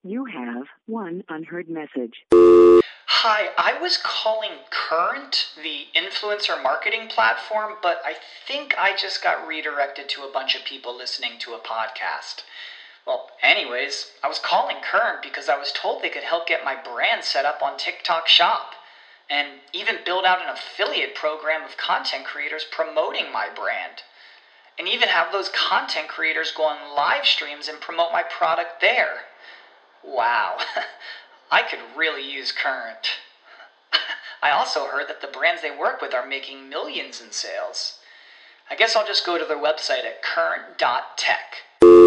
You have one unheard message. Hi, I was calling Current, the influencer marketing platform, but I think I just got redirected to a bunch of people listening to a podcast. Well, anyways, I was calling Current because I was told they could help get my brand set up on TikTok Shop, and even build out an affiliate program of content creators promoting my brand, and even have those content creators go on live streams and promote my product there. Wow, I could really use Current. I also heard that the brands they work with are making millions in sales. I guess I'll just go to their website at current.tech.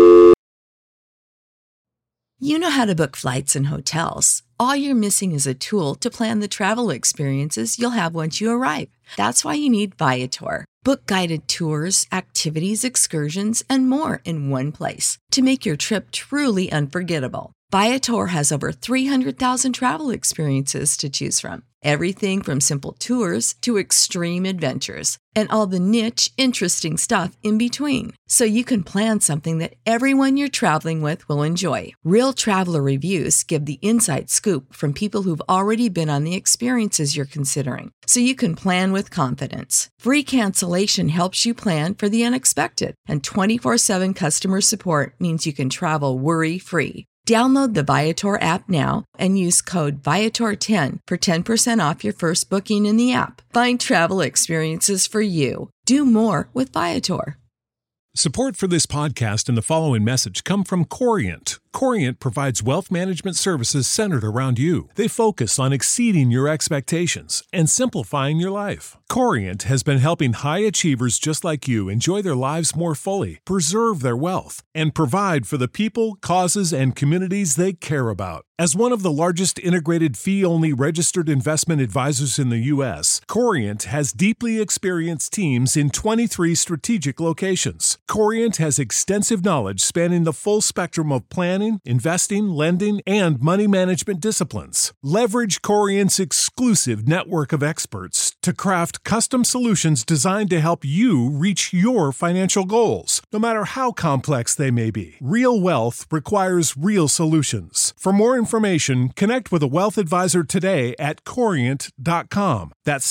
You know how to book flights and hotels. All you're missing is a tool to plan the travel experiences you'll have once you arrive. That's why you need Viator. Book guided tours, activities, excursions, and more in one place to make your trip truly unforgettable. Viator has over 300,000 travel experiences to choose from. Everything from simple tours to extreme adventures and all the niche, interesting stuff in between. So you can plan something that everyone you're traveling with will enjoy. Real traveler reviews give the inside scoop from people who've already been on the experiences you're considering. So you can plan with confidence. Free cancellation helps you plan for the unexpected. And 24/7 customer support means you can travel worry-free. Download the Viator app now and use code Viator10 for 10% off your first booking in the app. Find travel experiences for you. Do more with Viator. Support for this podcast and the following message come from Corient. Corient provides wealth management services centered around you. They focus on exceeding your expectations and simplifying your life. Corient has been helping high achievers just like you enjoy their lives more fully, preserve their wealth, and provide for the people, causes, and communities they care about. As one of the largest integrated fee-only registered investment advisors in the U.S., Corient has deeply experienced teams in 23 strategic locations. Corient has extensive knowledge spanning the full spectrum of planning, investing, lending, and money management disciplines. Leverage Corient's exclusive network of experts to craft custom solutions designed to help you reach your financial goals, no matter how complex they may be. Real wealth requires real solutions. For more information, connect with a wealth advisor today at Corient.com. That's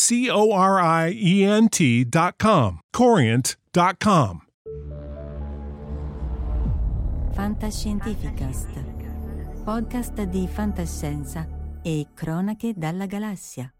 Corient.com. Corient.com. Fantascientificast, podcast di fantascienza e cronache dalla galassia.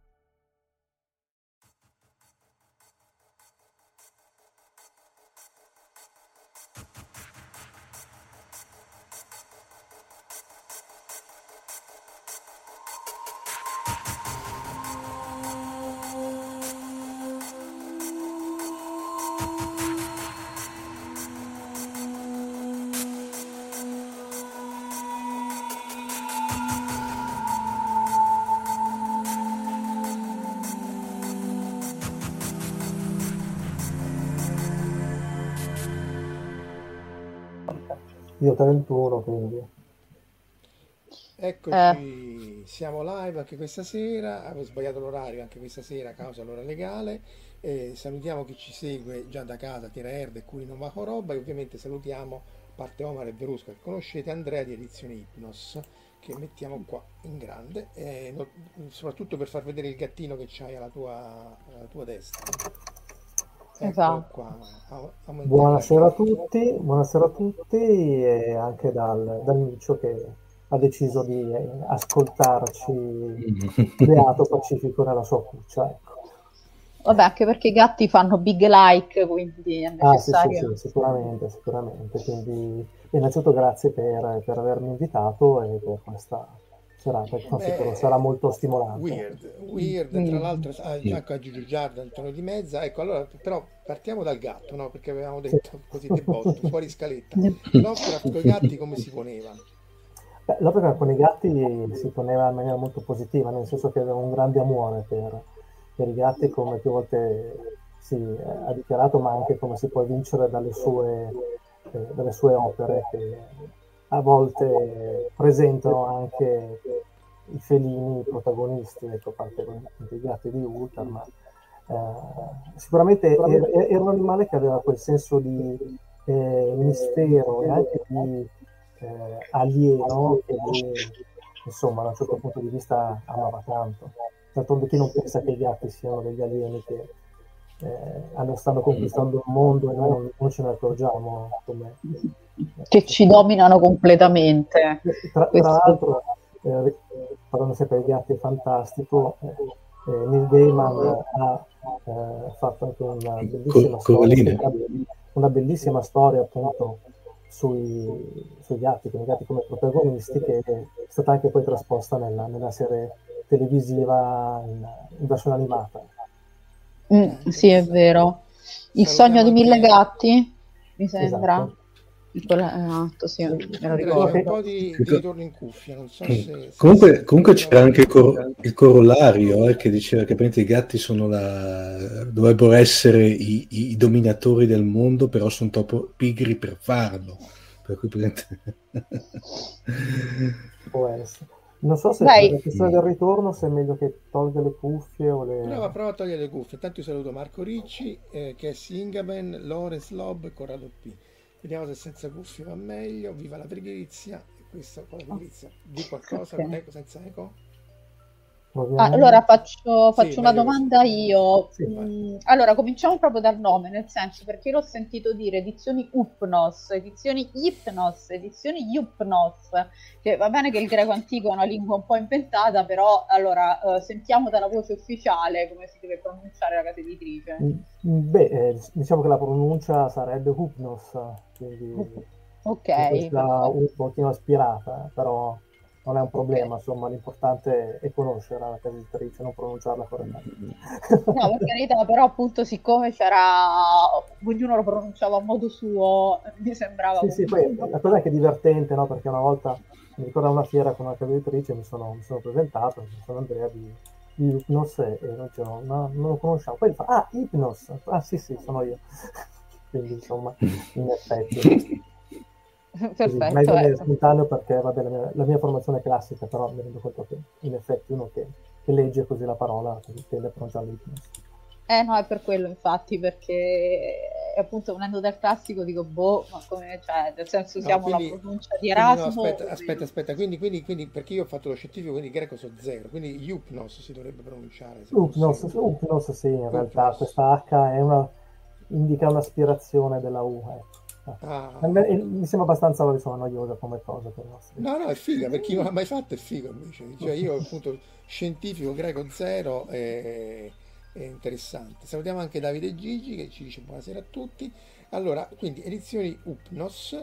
Io 31, quindi. Eccoci, siamo live anche questa sera, avevo sbagliato l'orario anche questa sera a causa dell'ora legale. Salutiamo chi ci segue già da casa, Tira Erde e Curi non va con roba, e ovviamente salutiamo, a parte Omar e Verusca che conoscete, Andrea di Edizione Hypnos, che mettiamo qua in grande, soprattutto per far vedere il gattino che c'hai alla tua destra. Esatto. Qua, buonasera a tutti e anche dal Micio che ha deciso di ascoltarci beato pacifico nella sua cuccia, ecco. Vabbè, anche perché i gatti fanno big like, quindi è necessario. Sì, sicuramente, quindi innanzitutto grazie per avermi invitato e per questa serata che sicuro sarà molto stimolante. Weird. Tra l'altro anche Giulio Giarda, Antonio Di Mezza. Ecco, allora però partiamo dal gatto, no? Perché avevamo detto così di botto, fuori scaletta. Lovecraft con i gatti come si poneva? Lovecraft con i gatti si poneva in maniera molto positiva, nel senso che aveva un grande amore per i gatti, come più volte ha dichiarato, ma anche come si può vincere dalle sue opere, che a volte presentano anche i felini protagonisti, ecco, a parte i gatti di Ultar, ma sicuramente era un animale che aveva quel senso di mistero e anche alieno che lui, insomma, da un certo punto di vista amava tanto. D'altronde chi non pensa che i gatti siano degli alieni che stanno conquistando il mondo e noi non ce ne accorgiamo, che ci dominano completamente. Tra l'altro, parlando sempre dei gatti, è fantastico. Neil Gaiman ha fatto anche una bellissima storia appunto sui gatti, con i gatti come protagonisti, che è stata anche poi trasposta nella serie televisiva in versione animata. Sì, è vero. Il sogno di 1000 gatti, mi sembra. Esatto. Sì, me lo C'è ricordo. un po' di ritorno in cuffia, non so se... Comunque c'era anche il corollario che diceva che i gatti dovrebbero essere i dominatori del mondo, però sono troppo pigri per farlo. Per cui può essere. Non so se per la questione del ritorno se è meglio che tolga le cuffie o le... Prova a togliere le cuffie. Intanto io saluto Marco Ricci, Cassie Ingaben, Lorenz Lob e Corrado P. Vediamo se senza cuffie va meglio. Viva la pigrizia. E questo con la pigrizia. Di qualcosa con eco, senza eco? Allora faccio Sì, una meglio domanda così. io. Sì, Allora, cominciamo proprio dal nome, nel senso, perché io l'ho sentito dire edizioni Upnos, edizioni Hypnos, edizioni Hypnos, che va bene che il greco antico è una lingua un po' inventata, però allora sentiamo dalla voce ufficiale come si deve pronunciare la casa editrice. Diciamo che la pronuncia sarebbe Hypnos, quindi Ok, un pochino aspirata, però non è un problema, insomma, l'importante è conoscere la casa editrice, non pronunciarla correttamente. No, per carità, però appunto siccome ognuno lo pronunciava a modo suo, mi sembrava... Sì, poi la cosa è che è divertente, no? Perché una volta, mi ricordo una fiera con una casa editrice, mi sono presentato, sono Andrea di Hypnos e non lo conosciamo. Poi fa, Hypnos, sì, sono io. Quindi insomma, in effetti... Perfetto. Meglio è spontaneo perché la mia formazione è classica, però mi rendo conto che in effetti uno che legge così la parola tende a pronunciare l'Hypnos. No, è per quello infatti, perché appunto venendo dal classico dico ma come, cioè, nel senso siamo la pronuncia di Erasmo. No, aspetta, quindi perché io ho fatto lo scientifico, quindi greco so zero, quindi Hypnos si dovrebbe pronunciare. Hypnos sì, in realtà questa H indica un'aspirazione della U, ecco. Mi sembra abbastanza noiosa come cosa per nostri. No, è figa, per chi non l'ha mai fatto è figo invece. Cioè io appunto scientifico greco zero è interessante. Salutiamo anche Davide Gigi che ci dice buonasera a tutti. Allora, quindi edizioni Hypnos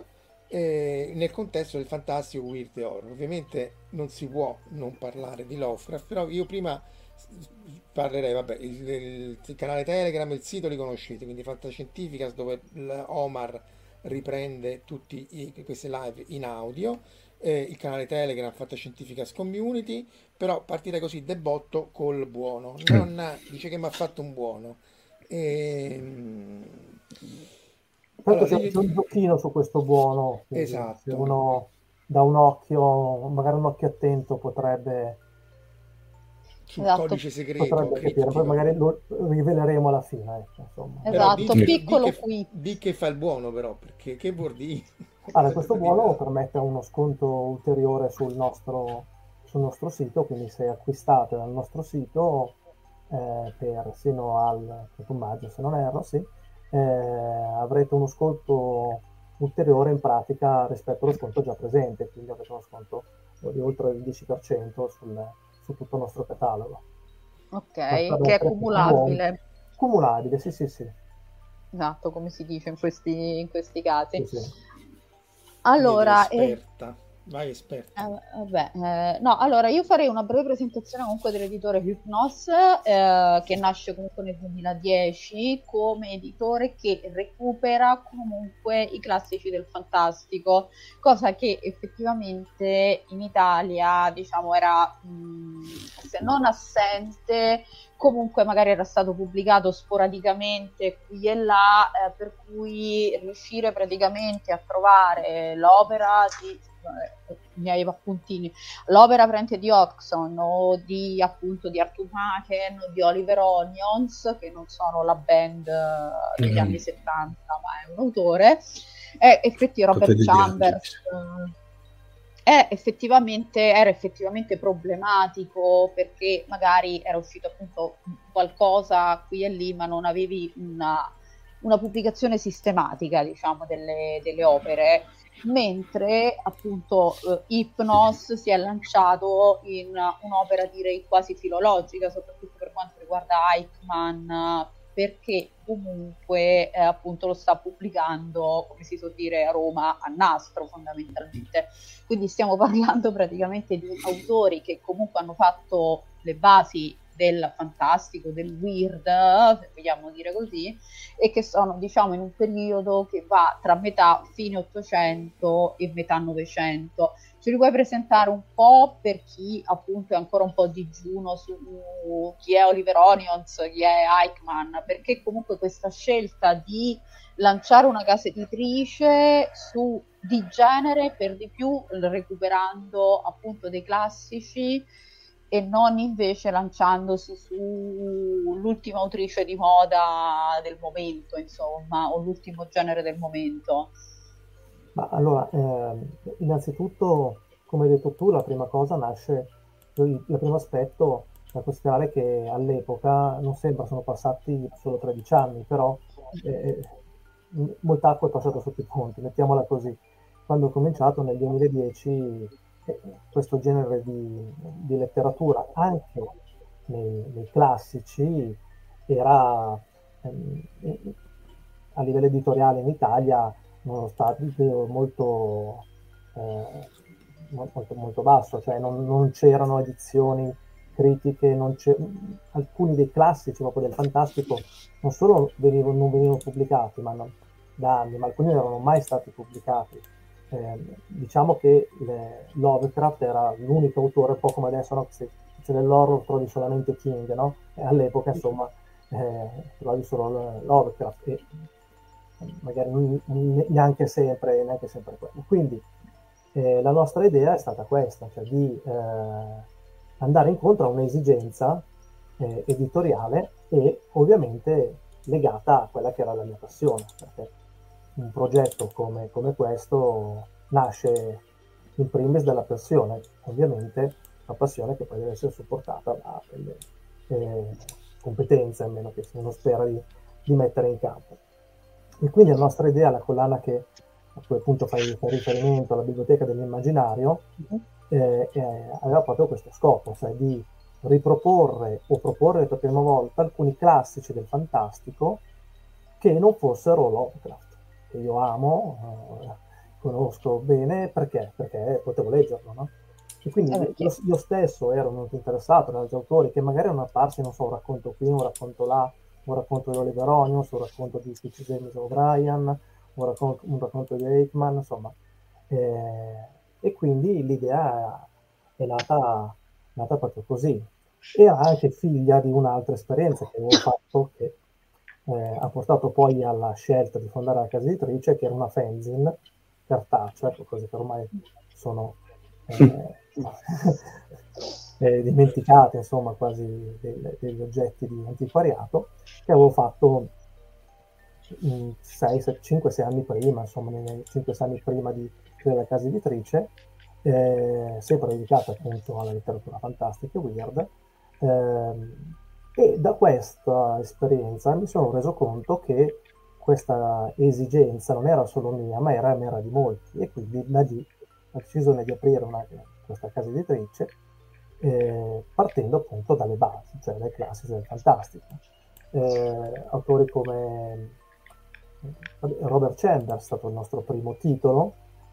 nel contesto del fantastico weird e horror. Ovviamente non si può non parlare di Lovecraft, però io prima parlerei, il canale Telegram, il sito li conoscete, quindi Fantascientificas, dove Omar riprende tutte queste live in audio, il canale Telegram Fantascientificas Community, però partirei così de botto col buono, dice che mi ha fatto un buono. Allora, c'è un giochino su questo buono, esatto. Se uno da un occhio, magari un occhio attento, potrebbe sul codice segreto capire, poi magari lo riveleremo alla fine, ecco, insomma. Esatto, piccolo qui. Di che fa il buono però, perché che vuol dire? Allora, questo buono permette uno sconto ulteriore sul nostro sito, quindi se acquistate dal nostro sito sino al 1 maggio, se non erro, avrete uno sconto ulteriore in pratica rispetto allo sconto già presente, quindi avrete uno sconto di oltre il 10% su tutto il nostro catalogo. Ok, che è cumulabile. Cumulabile, sì. Esatto, come si dice in questi casi. Sì. Allora, vai esperta. No, allora io farei una breve presentazione comunque dell'editore Hypnos, che nasce comunque nel 2010 come editore che recupera comunque i classici del fantastico, cosa che effettivamente in Italia, diciamo, era se non assente, comunque magari era stato pubblicato sporadicamente qui e là, per cui riuscire praticamente a trovare l'opera di miei appuntini, l'opera di Hodgson o di Arthur Machen o di Oliver Onions, che non sono la band degli anni 70 ma è un autore, e effettivamente Robert Chambers, era effettivamente problematico, perché magari era uscito appunto qualcosa qui e lì, ma non avevi una pubblicazione sistematica, diciamo, delle opere, mentre appunto Hypnos si è lanciato in un'opera direi quasi filologica, soprattutto per quanto riguarda Eichmann, perché comunque appunto lo sta pubblicando, come si suol dire a Roma, a nastro fondamentalmente. Quindi stiamo parlando praticamente di autori che comunque hanno fatto le basi del fantastico, del weird, se vogliamo dire così, e che sono, diciamo, in un periodo che va tra metà fine 800 e metà 900. Ce li puoi presentare un po' per chi appunto è ancora un po' digiuno su chi è Oliver Onions, chi è Eichmann, perché comunque questa scelta di lanciare una casa editrice di genere, per di più recuperando appunto dei classici e non invece lanciandosi sull'ultima autrice di moda del momento, insomma, o l'ultimo genere del momento. Ma allora, innanzitutto, come hai detto tu, la prima cosa nasce, il primo aspetto da considerare che all'epoca, non sembra, sono passati solo 13 anni, però molta acqua è passata sotto i ponti, mettiamola così. Quando ho cominciato nel 2010, questo genere di letteratura, anche nei classici, era a livello editoriale in Italia uno stadio molto basso, cioè non c'erano edizioni critiche, alcuni dei classici proprio del fantastico non solo non venivano pubblicati da anni, ma alcuni non erano mai stati pubblicati. Diciamo che Lovecraft era l'unico autore, un po' come adesso, no? Se nell'horror trovi solamente King, no? E all'epoca insomma trovavi solo Lovecraft, e magari neanche sempre quello. Quindi la nostra idea è stata questa, cioè di andare incontro a un'esigenza editoriale e ovviamente legata a quella che era la mia passione, perché un progetto come questo nasce in primis dalla passione, ovviamente una passione che poi deve essere supportata da delle competenze, almeno che uno spera di mettere in campo. E quindi la nostra idea, la collana a cui appunto fai riferimento, alla Biblioteca dell'Immaginario, aveva proprio questo scopo, cioè di riproporre o proporre per prima volta alcuni classici del fantastico che non fossero Lovecraft, che io amo, conosco bene, perché potevo leggerlo, no? E quindi io stesso ero molto interessato da altri autori che magari erano apparsi, non so, un racconto qui, un racconto là, un racconto di Oliver Onions, un racconto di Steve James O'Brien, un racconto di Eichmann, insomma. E quindi l'idea è nata proprio così. Era anche figlia di un'altra esperienza che avevo fatto, che ha portato poi alla scelta di fondare la casa editrice, che era una fanzine cartacea, cose che ormai sono dimenticate, insomma, quasi degli oggetti di antiquariato, che avevo fatto 5-6 anni prima, insomma, 5-6 anni prima di creare la casa editrice, sempre dedicata appunto alla letteratura fantastica e weird. E da questa esperienza mi sono reso conto che questa esigenza non era solo mia, ma era di molti, e quindi da lì ho deciso di aprire questa casa editrice, partendo appunto dalle basi, cioè dai classici del fantastico. Autori come Robert Chambers è stato il nostro primo titolo,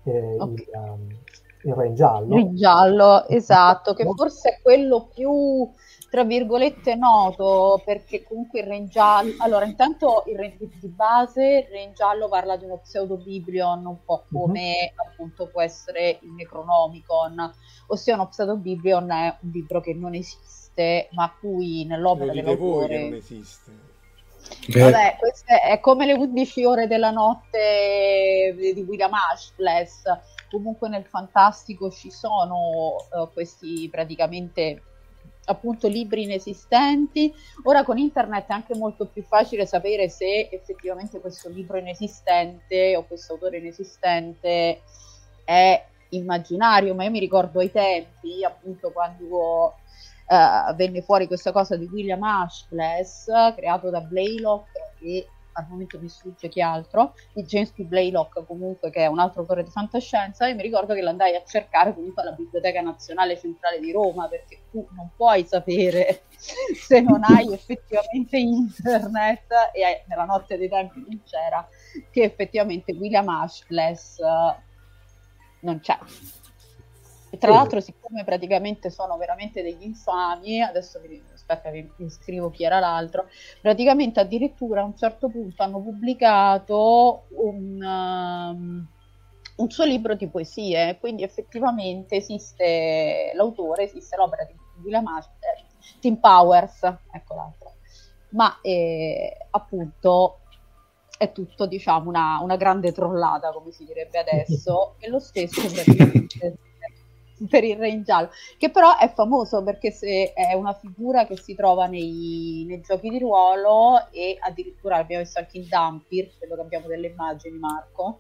il Re in Giallo. Il Giallo, esatto, che forse è quello più, tra virgolette, noto, perché comunque il Re in Giallo, allora intanto di base il Re in Giallo parla di uno pseudobiblion, un po' come appunto può essere il Necronomicon, ossia uno pseudobiblion è un libro che non esiste, ma a cui nell'opera dell'autore non esiste. Vabbè, queste è come le 11 ore della notte di William Ashbless. Comunque nel fantastico ci sono questi praticamente appunto libri inesistenti. Ora con internet è anche molto più facile sapere se effettivamente questo libro inesistente o questo autore inesistente è immaginario, ma io mi ricordo ai tempi, appunto, quando venne fuori questa cosa di William Ashbless, creato da Blaylock, e al momento mi sfugge chi altro, di James P. Blaylock comunque, che è un altro autore di fantascienza. Io mi ricordo che l'andai a cercare comunque alla Biblioteca Nazionale Centrale di Roma, perché tu non puoi sapere se non hai effettivamente internet, e nella notte dei tempi non c'era, che effettivamente William Ashbless non c'è. E tra l'altro, siccome praticamente sono veramente degli infami, adesso aspetta, vi scrivo chi era l'altro, praticamente addirittura a un certo punto hanno pubblicato un suo libro di poesie, quindi effettivamente esiste l'autore, esiste l'opera di William Ashbless, Tim Powers, ecco l'altro, ma appunto è tutto, diciamo, una grande trollata, come si direbbe adesso, e lo stesso praticamente per il Re in Giallo, che però è famoso perché è una figura che si trova nei giochi di ruolo, e addirittura l'abbiamo visto anche in Dampir, credo che abbiamo delle immagini, Marco,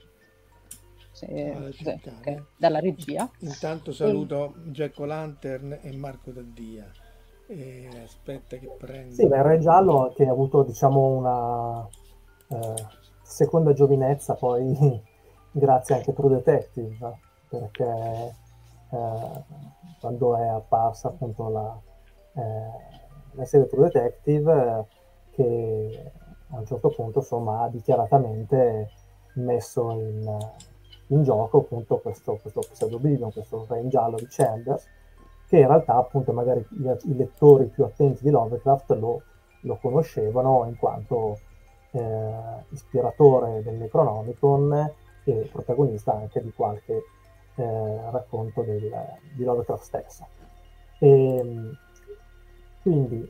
dalla regia. Intanto saluto Jack O'Lantern e Marco Daddia. Aspetta che prendo. Sì, il Re Giallo, che ha avuto, diciamo, una seconda giovinezza poi grazie anche a True Detective, perché quando è apparsa appunto la serie True Detective, che a un certo punto, insomma, ha dichiaratamente messo in gioco appunto questo pseudobillion, questo Re in Giallo di Chambers, che in realtà appunto magari i lettori più attenti di Lovecraft lo conoscevano in quanto ispiratore del Necronomicon e protagonista anche di qualche racconto di Lovecraft stesso. E quindi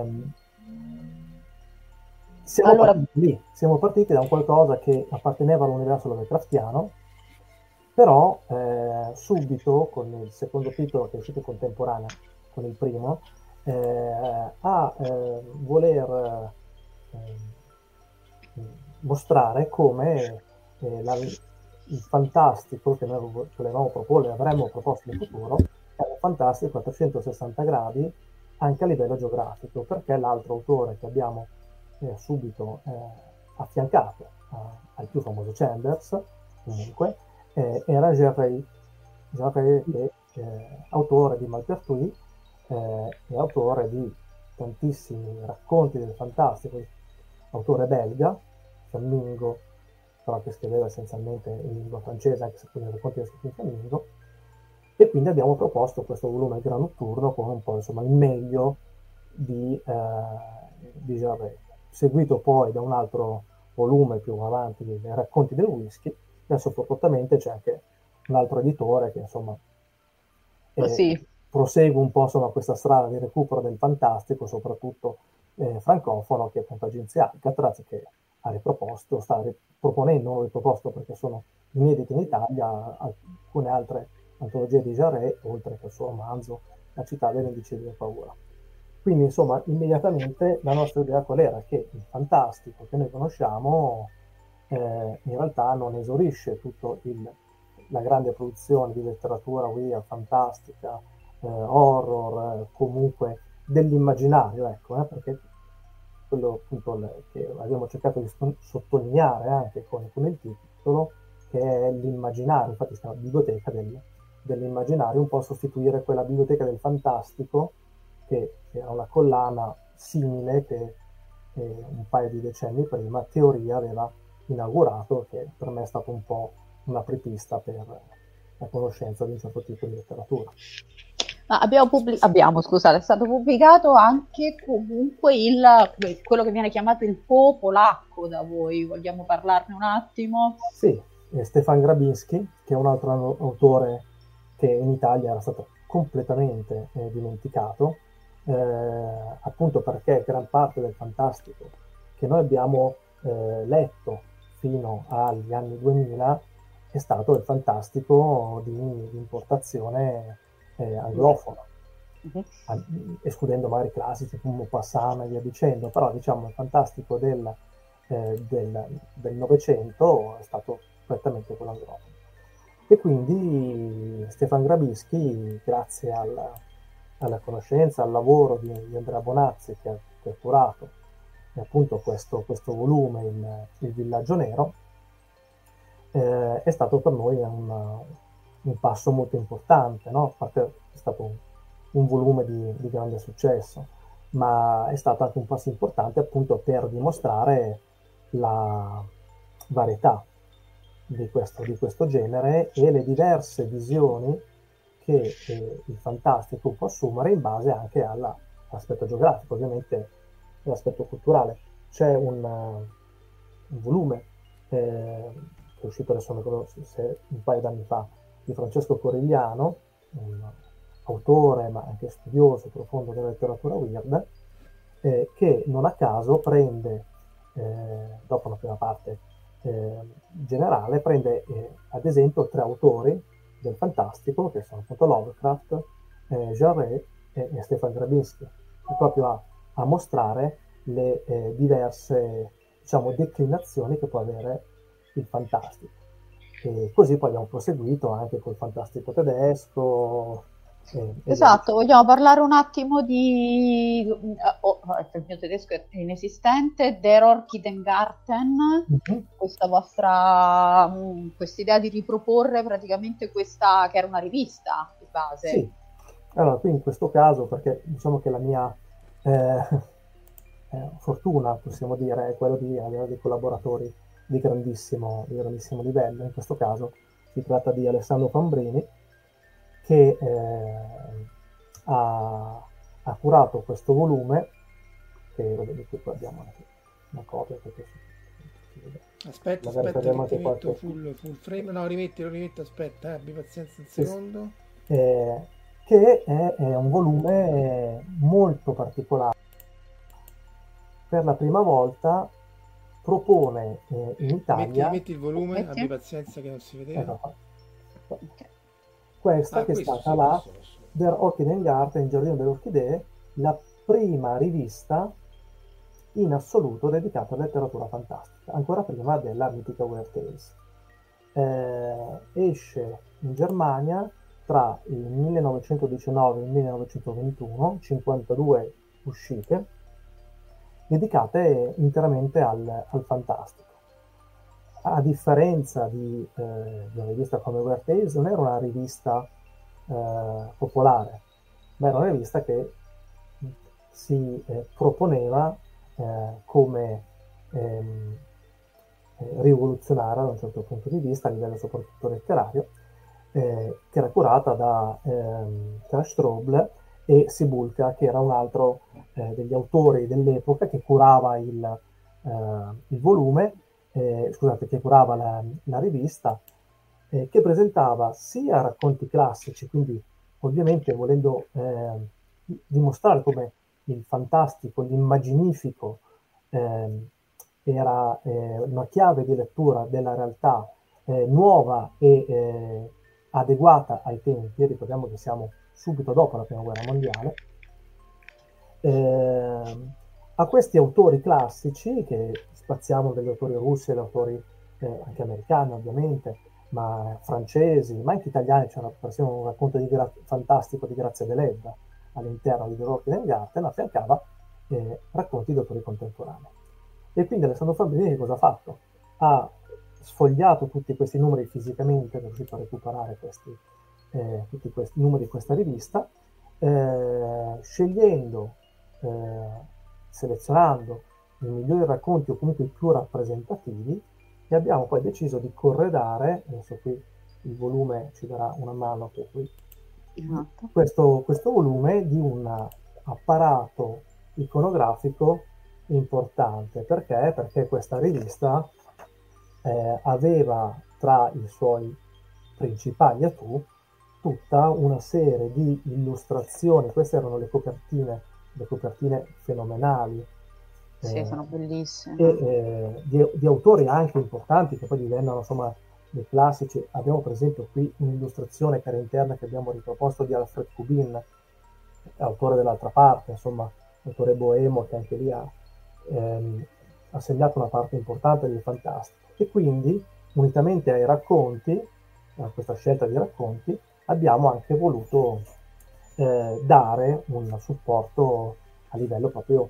siamo partiti da un qualcosa che apparteneva all'universo Lovecraftiano, però subito, con il secondo titolo che è uscito contemporaneo con il primo, a voler mostrare come il fantastico che noi volevamo proporre, avremmo proposto in futuro, è un fantastico a 360 gradi anche a livello geografico, perché l'altro autore che abbiamo subito affiancato al più famoso Chambers, comunque, era Gervais, che è autore di Malpertuis, è autore di tantissimi racconti del fantastico, autore belga, fiammingo, però che scriveva essenzialmente in lingua francese, anche se poi i racconti erano scritti in fiammingo, e quindi abbiamo proposto questo volume Gran Notturno con un po', insomma, il meglio di Gervais, seguito poi da un altro volume più avanti dei racconti del whisky. Adesso fortunatamente c'è anche un altro editore che, insomma, prosegue un po', insomma, questa strada di recupero del fantastico, soprattutto francofono, che è appunto Agenzia Alcatraz, che ha riproposto, sta proponendo, riproposto perché sono inedite in Italia, alcune altre antologie di Jarret, oltre che il suo romanzo La città delle indici della paura. Quindi, insomma, immediatamente la nostra idea qual era? Che il fantastico che noi conosciamo in realtà non esaurisce tutto la grande produzione di letteratura weird, fantastica, horror, comunque dell'immaginario, ecco, perché quello appunto che abbiamo cercato di sottolineare anche con il titolo, che è l'immaginario. Infatti si chiama biblioteca dell'immaginario, un po' sostituire quella biblioteca del fantastico, che era una collana simile che un paio di decenni prima Teoria aveva inaugurato, che per me è stato un po' una apripista per la conoscenza di un certo tipo di letteratura. Scusate, è stato pubblicato anche comunque quello che viene chiamato il Po polacco da voi, vogliamo parlarne un attimo? Sì, Stefan Grabinski, che è un altro autore che in Italia era stato completamente dimenticato, appunto perché gran parte del fantastico che noi abbiamo letto fino agli anni 2000 è stato il fantastico di importazione anglofona, escludendo magari classici come Maupassant e via dicendo, però diciamo il fantastico del Novecento è stato prettamente quello anglofono. E quindi Stefan Grabinski, grazie alla conoscenza, al lavoro di Andrea Bonazzi che ha curato appunto questo volume, il Villaggio Nero, è stato per noi un passo molto importante, no? A parte è stato un volume di grande successo, ma è stato anche un passo importante appunto per dimostrare la varietà di questo genere e le diverse visioni che il fantastico può assumere in base anche all'aspetto geografico, ovviamente l'aspetto culturale. C'è un volume che è uscito adesso un paio d'anni fa di Francesco Corigliano, un autore ma anche studioso profondo della letteratura weird, che non a caso prende, dopo una prima parte generale, prende ad esempio 3 autori del fantastico che sono appunto Lovecraft, Jean Ray e Stefan Grabinski, proprio a mostrare le diverse, diciamo, declinazioni che può avere il fantastico. E così poi abbiamo proseguito anche col fantastico tedesco. Esatto, vogliamo parlare un attimo di il mio tedesco è inesistente, Der Orchidengarten, questa vostra quest'idea di riproporre praticamente questa che era una rivista di base. Sì, allora qui in questo caso, perché diciamo che la mia fortuna, possiamo dire, è quello di avere dei collaboratori di grandissimo livello. In questo caso si tratta di Alessandro Fambrini, che ha curato questo volume, di cui abbiamo anche una copia. Aspetta, che metto full frame. No, rimetto, aspetta, abbi pazienza un secondo. Che è un volume molto particolare. Per la prima volta propone in Italia... Metti il volume, abbi pazienza che non si vedeva. Questa che è stata Der Orchidengarten, il Giardino delle Orchidee, la prima rivista in assoluto dedicata alla letteratura fantastica, ancora prima della mitica Weird Tales. Esce in Germania tra il 1919 e il 1921, 52 uscite, dedicate interamente al fantastico. A differenza di una rivista come Weird Tales, non era una rivista popolare, ma era una rivista che si proponeva come rivoluzionaria da un certo punto di vista, a livello soprattutto letterario, che era curata da Strobl e Sibulka, che era un altro degli autori dell'epoca che curava il volume, che curava la rivista, che presentava sia racconti classici, quindi ovviamente volendo dimostrare come il fantastico, l'immaginifico era una chiave di lettura della realtà nuova e adeguata ai tempi. Ricordiamo che siamo subito dopo la Prima Guerra Mondiale. A questi autori classici, che spaziamo dagli autori russi agli autori anche americani ovviamente, ma francesi, ma anche italiani, c'è persino un racconto fantastico di Grazia Deledda all'interno di Der Orchidengarten, affiancava racconti di autori contemporanei. E quindi Alessandro Fambrini cosa ha fatto? Ha sfogliato tutti questi numeri fisicamente, è riuscito a recuperare tutti questi numeri di questa rivista, scegliendo, selezionando i migliori racconti o comunque i più rappresentativi, e abbiamo poi deciso di corredare, adesso qui il volume ci darà una mano per qui, questo volume di un apparato iconografico importante. Perché questa rivista aveva tra i suoi principali attu tutta una serie di illustrazioni. Queste erano le copertine fenomenali, sì, sono bellissime, di autori anche importanti che poi divennano insomma dei classici. Abbiamo per esempio qui un'illustrazione che era interna, che abbiamo riproposto, di Alfred Kubin, autore dell'altra parte, insomma autore boemo, che anche lì ha segnato una parte importante del fantastico. E quindi, unitamente ai racconti, questa scelta di racconti, abbiamo anche voluto dare un supporto a livello proprio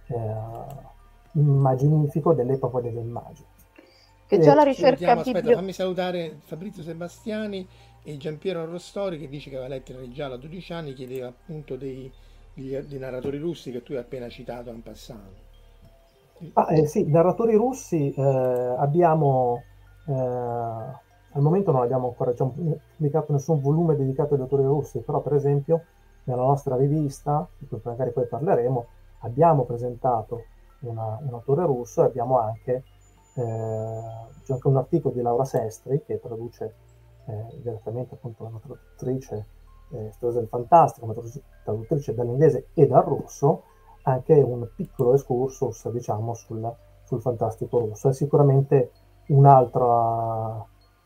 immaginifico proprio delle immagini. Che già la ricerca Aspetta, fammi salutare Fabrizio Sebastiani e Giampiero Rostori, che dice che aveva letto il Re Giallo a 12 anni, chiedeva appunto dei narratori russi che tu hai appena citato en passant. Sì, narratori russi abbiamo, al momento non abbiamo ancora pubblicato nessun volume dedicato ai autori russi, però per esempio nella nostra rivista, di cui magari poi parleremo, abbiamo presentato un autore russo e abbiamo anche, c'è anche un articolo di Laura Sestri, che traduce direttamente appunto una traduttrice studiosa del fantastico, una traduttrice dall'inglese e dal russo, anche un piccolo excursus, diciamo, sul fantastico russo. È sicuramente un'altra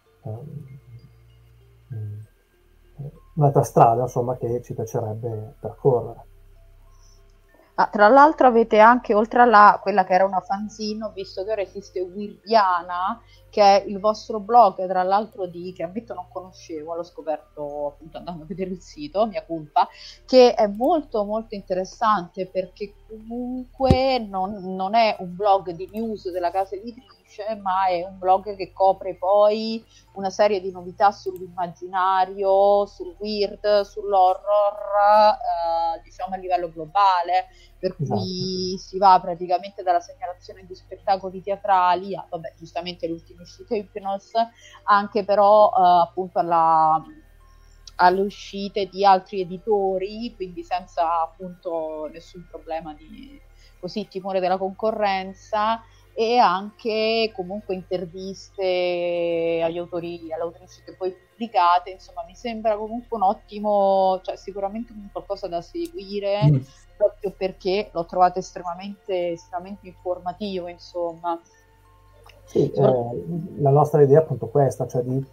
strada, insomma, che ci piacerebbe percorrere. Tra l'altro avete anche, oltre a quella che era una fanzine, ho visto che ora esiste Weirdiana, che è il vostro blog, tra l'altro che ammetto non conoscevo, l'ho scoperto appunto andando a vedere il sito, mia colpa, che è molto molto interessante, perché comunque non è un blog di news della casa editrice, ma è un blog che copre poi una serie di novità sull'immaginario, sul weird, sull'horror, diciamo a livello globale, per cui si va praticamente dalla segnalazione di spettacoli teatrali a, vabbè, giustamente l'ultimo uscito Hypnos, anche però appunto alle uscite di altri editori, quindi senza appunto nessun problema di così timore della concorrenza, e anche comunque interviste agli autori, alle autrici che poi pubblicate. Insomma, mi sembra comunque un ottimo, cioè sicuramente qualcosa da seguire, proprio perché l'ho trovato estremamente informativo, insomma. Sì, la nostra idea è appunto questa, cioè di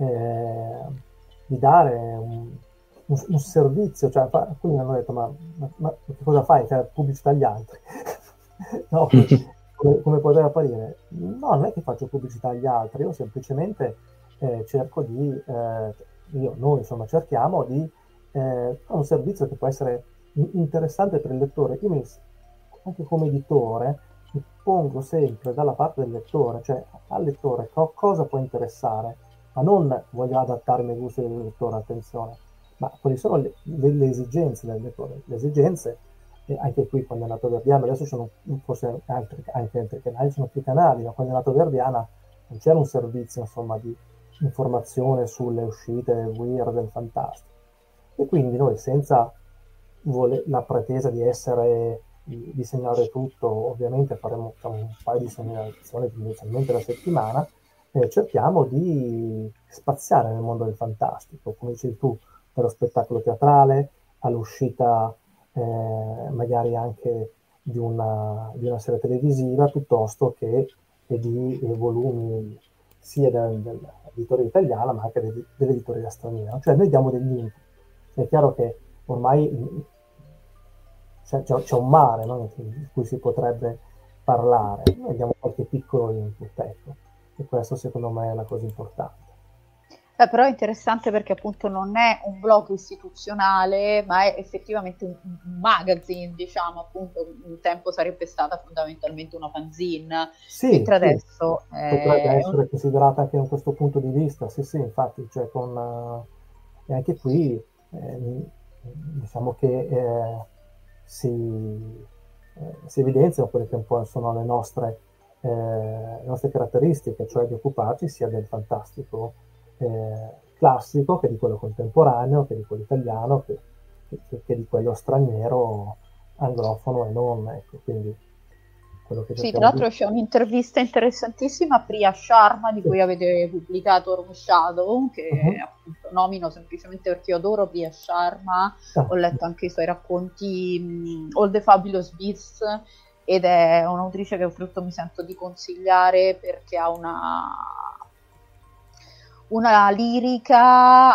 dare un servizio, cioè alcuni hanno detto ma che cosa fai? Cioè, pubblicità agli altri? No, come poteva apparire? No, non è che faccio pubblicità agli altri, io semplicemente cerco noi insomma cerchiamo di fare un servizio che può essere interessante per il lettore. Io anche come editore mi pongo sempre dalla parte del lettore, cioè al lettore cosa può interessare, ma non voglio adattarmi ai gusti del lettore, attenzione, ma quali sono le esigenze del lettore. Le esigenze, anche qui quando è nato Verdiana, adesso sono forse anche altri canali, sono più canali, ma quando è nato Verdiana non c'era un servizio insomma di informazione sulle uscite del weird, del fantastico, e quindi noi senza la pretesa di segnalare tutto, ovviamente faremo un paio di segnalazioni tendenzialmente alla settimana, cerchiamo di spaziare nel mondo del fantastico, come dicevi tu, dallo spettacolo teatrale all'uscita magari anche di una serie televisiva, piuttosto che di volumi sia dell'editoria italiana ma anche dell'editoria straniera. Cioè noi diamo degli input. È chiaro che ormai c'è un mare, no, di cui si potrebbe parlare, noi diamo qualche piccolo input, ecco, e questo secondo me è la cosa importante. Però è interessante perché appunto non è un blog istituzionale, ma è effettivamente un magazine, diciamo, appunto un tempo sarebbe stata fondamentalmente una fanzine, mentre adesso potrebbe essere considerata anche da questo punto di vista, sì, infatti, cioè e anche qui diciamo che si evidenziano quelle che un po' sono le nostre caratteristiche, cioè di occuparci sia del fantastico classico che di quello contemporaneo, che di quello italiano, che di quello straniero, anglofono e non, ecco, quindi quello che sì, tra l'altro c'è un'intervista interessantissima a Priya Sharma, di cui avete pubblicato Orm Shadow, che appunto nomino semplicemente perché io adoro Priya Sharma, ho letto anche i suoi racconti All the Fabulous Beasts, ed è un'autrice che oltretutto mi sento di consigliare perché ha una lirica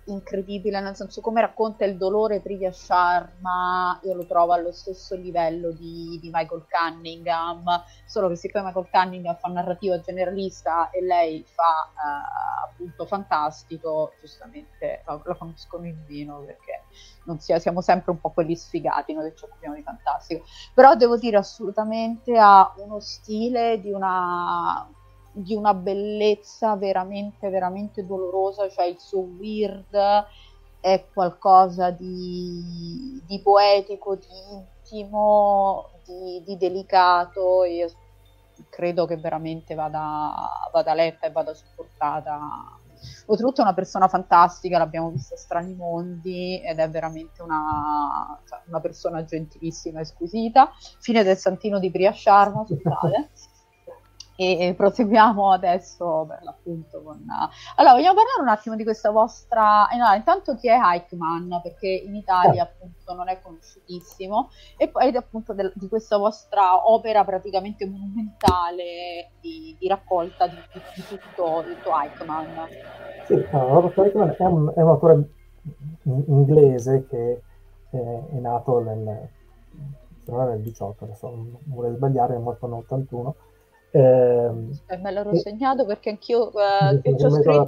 incredibile, nel senso come racconta il dolore Priya Sharma, io lo trovo allo stesso livello di Michael Cunningham, solo che siccome Michael Cunningham fa narrativa generalista e lei fa appunto fantastico, giustamente la conoscono in vino, perché siamo sempre un po' quelli sfigati noi che ci occupiamo di fantastico, però devo dire assolutamente ha uno stile di una bellezza veramente veramente dolorosa, cioè il suo weird è qualcosa di poetico, di intimo, di delicato, e io credo che veramente vada letta e vada supportata. Oltretutto è una persona fantastica, l'abbiamo vista a Strani Mondi ed è veramente una persona gentilissima e squisita. Fine del Santino di Priya Sharma totale. E proseguiamo adesso per l'appunto con... Allora, vogliamo parlare un attimo di questa vostra... no, intanto chi è Eichmann, perché in Italia appunto non è conosciutissimo, e poi appunto di questa vostra opera praticamente monumentale di raccolta di tutto Eichmann. Sì, Robert Eichmann è un autore inglese che è nato nel 18, adesso non vorrei sbagliare, è morto nell'81. Me l'ero segnato perché anch'io ci ho scritto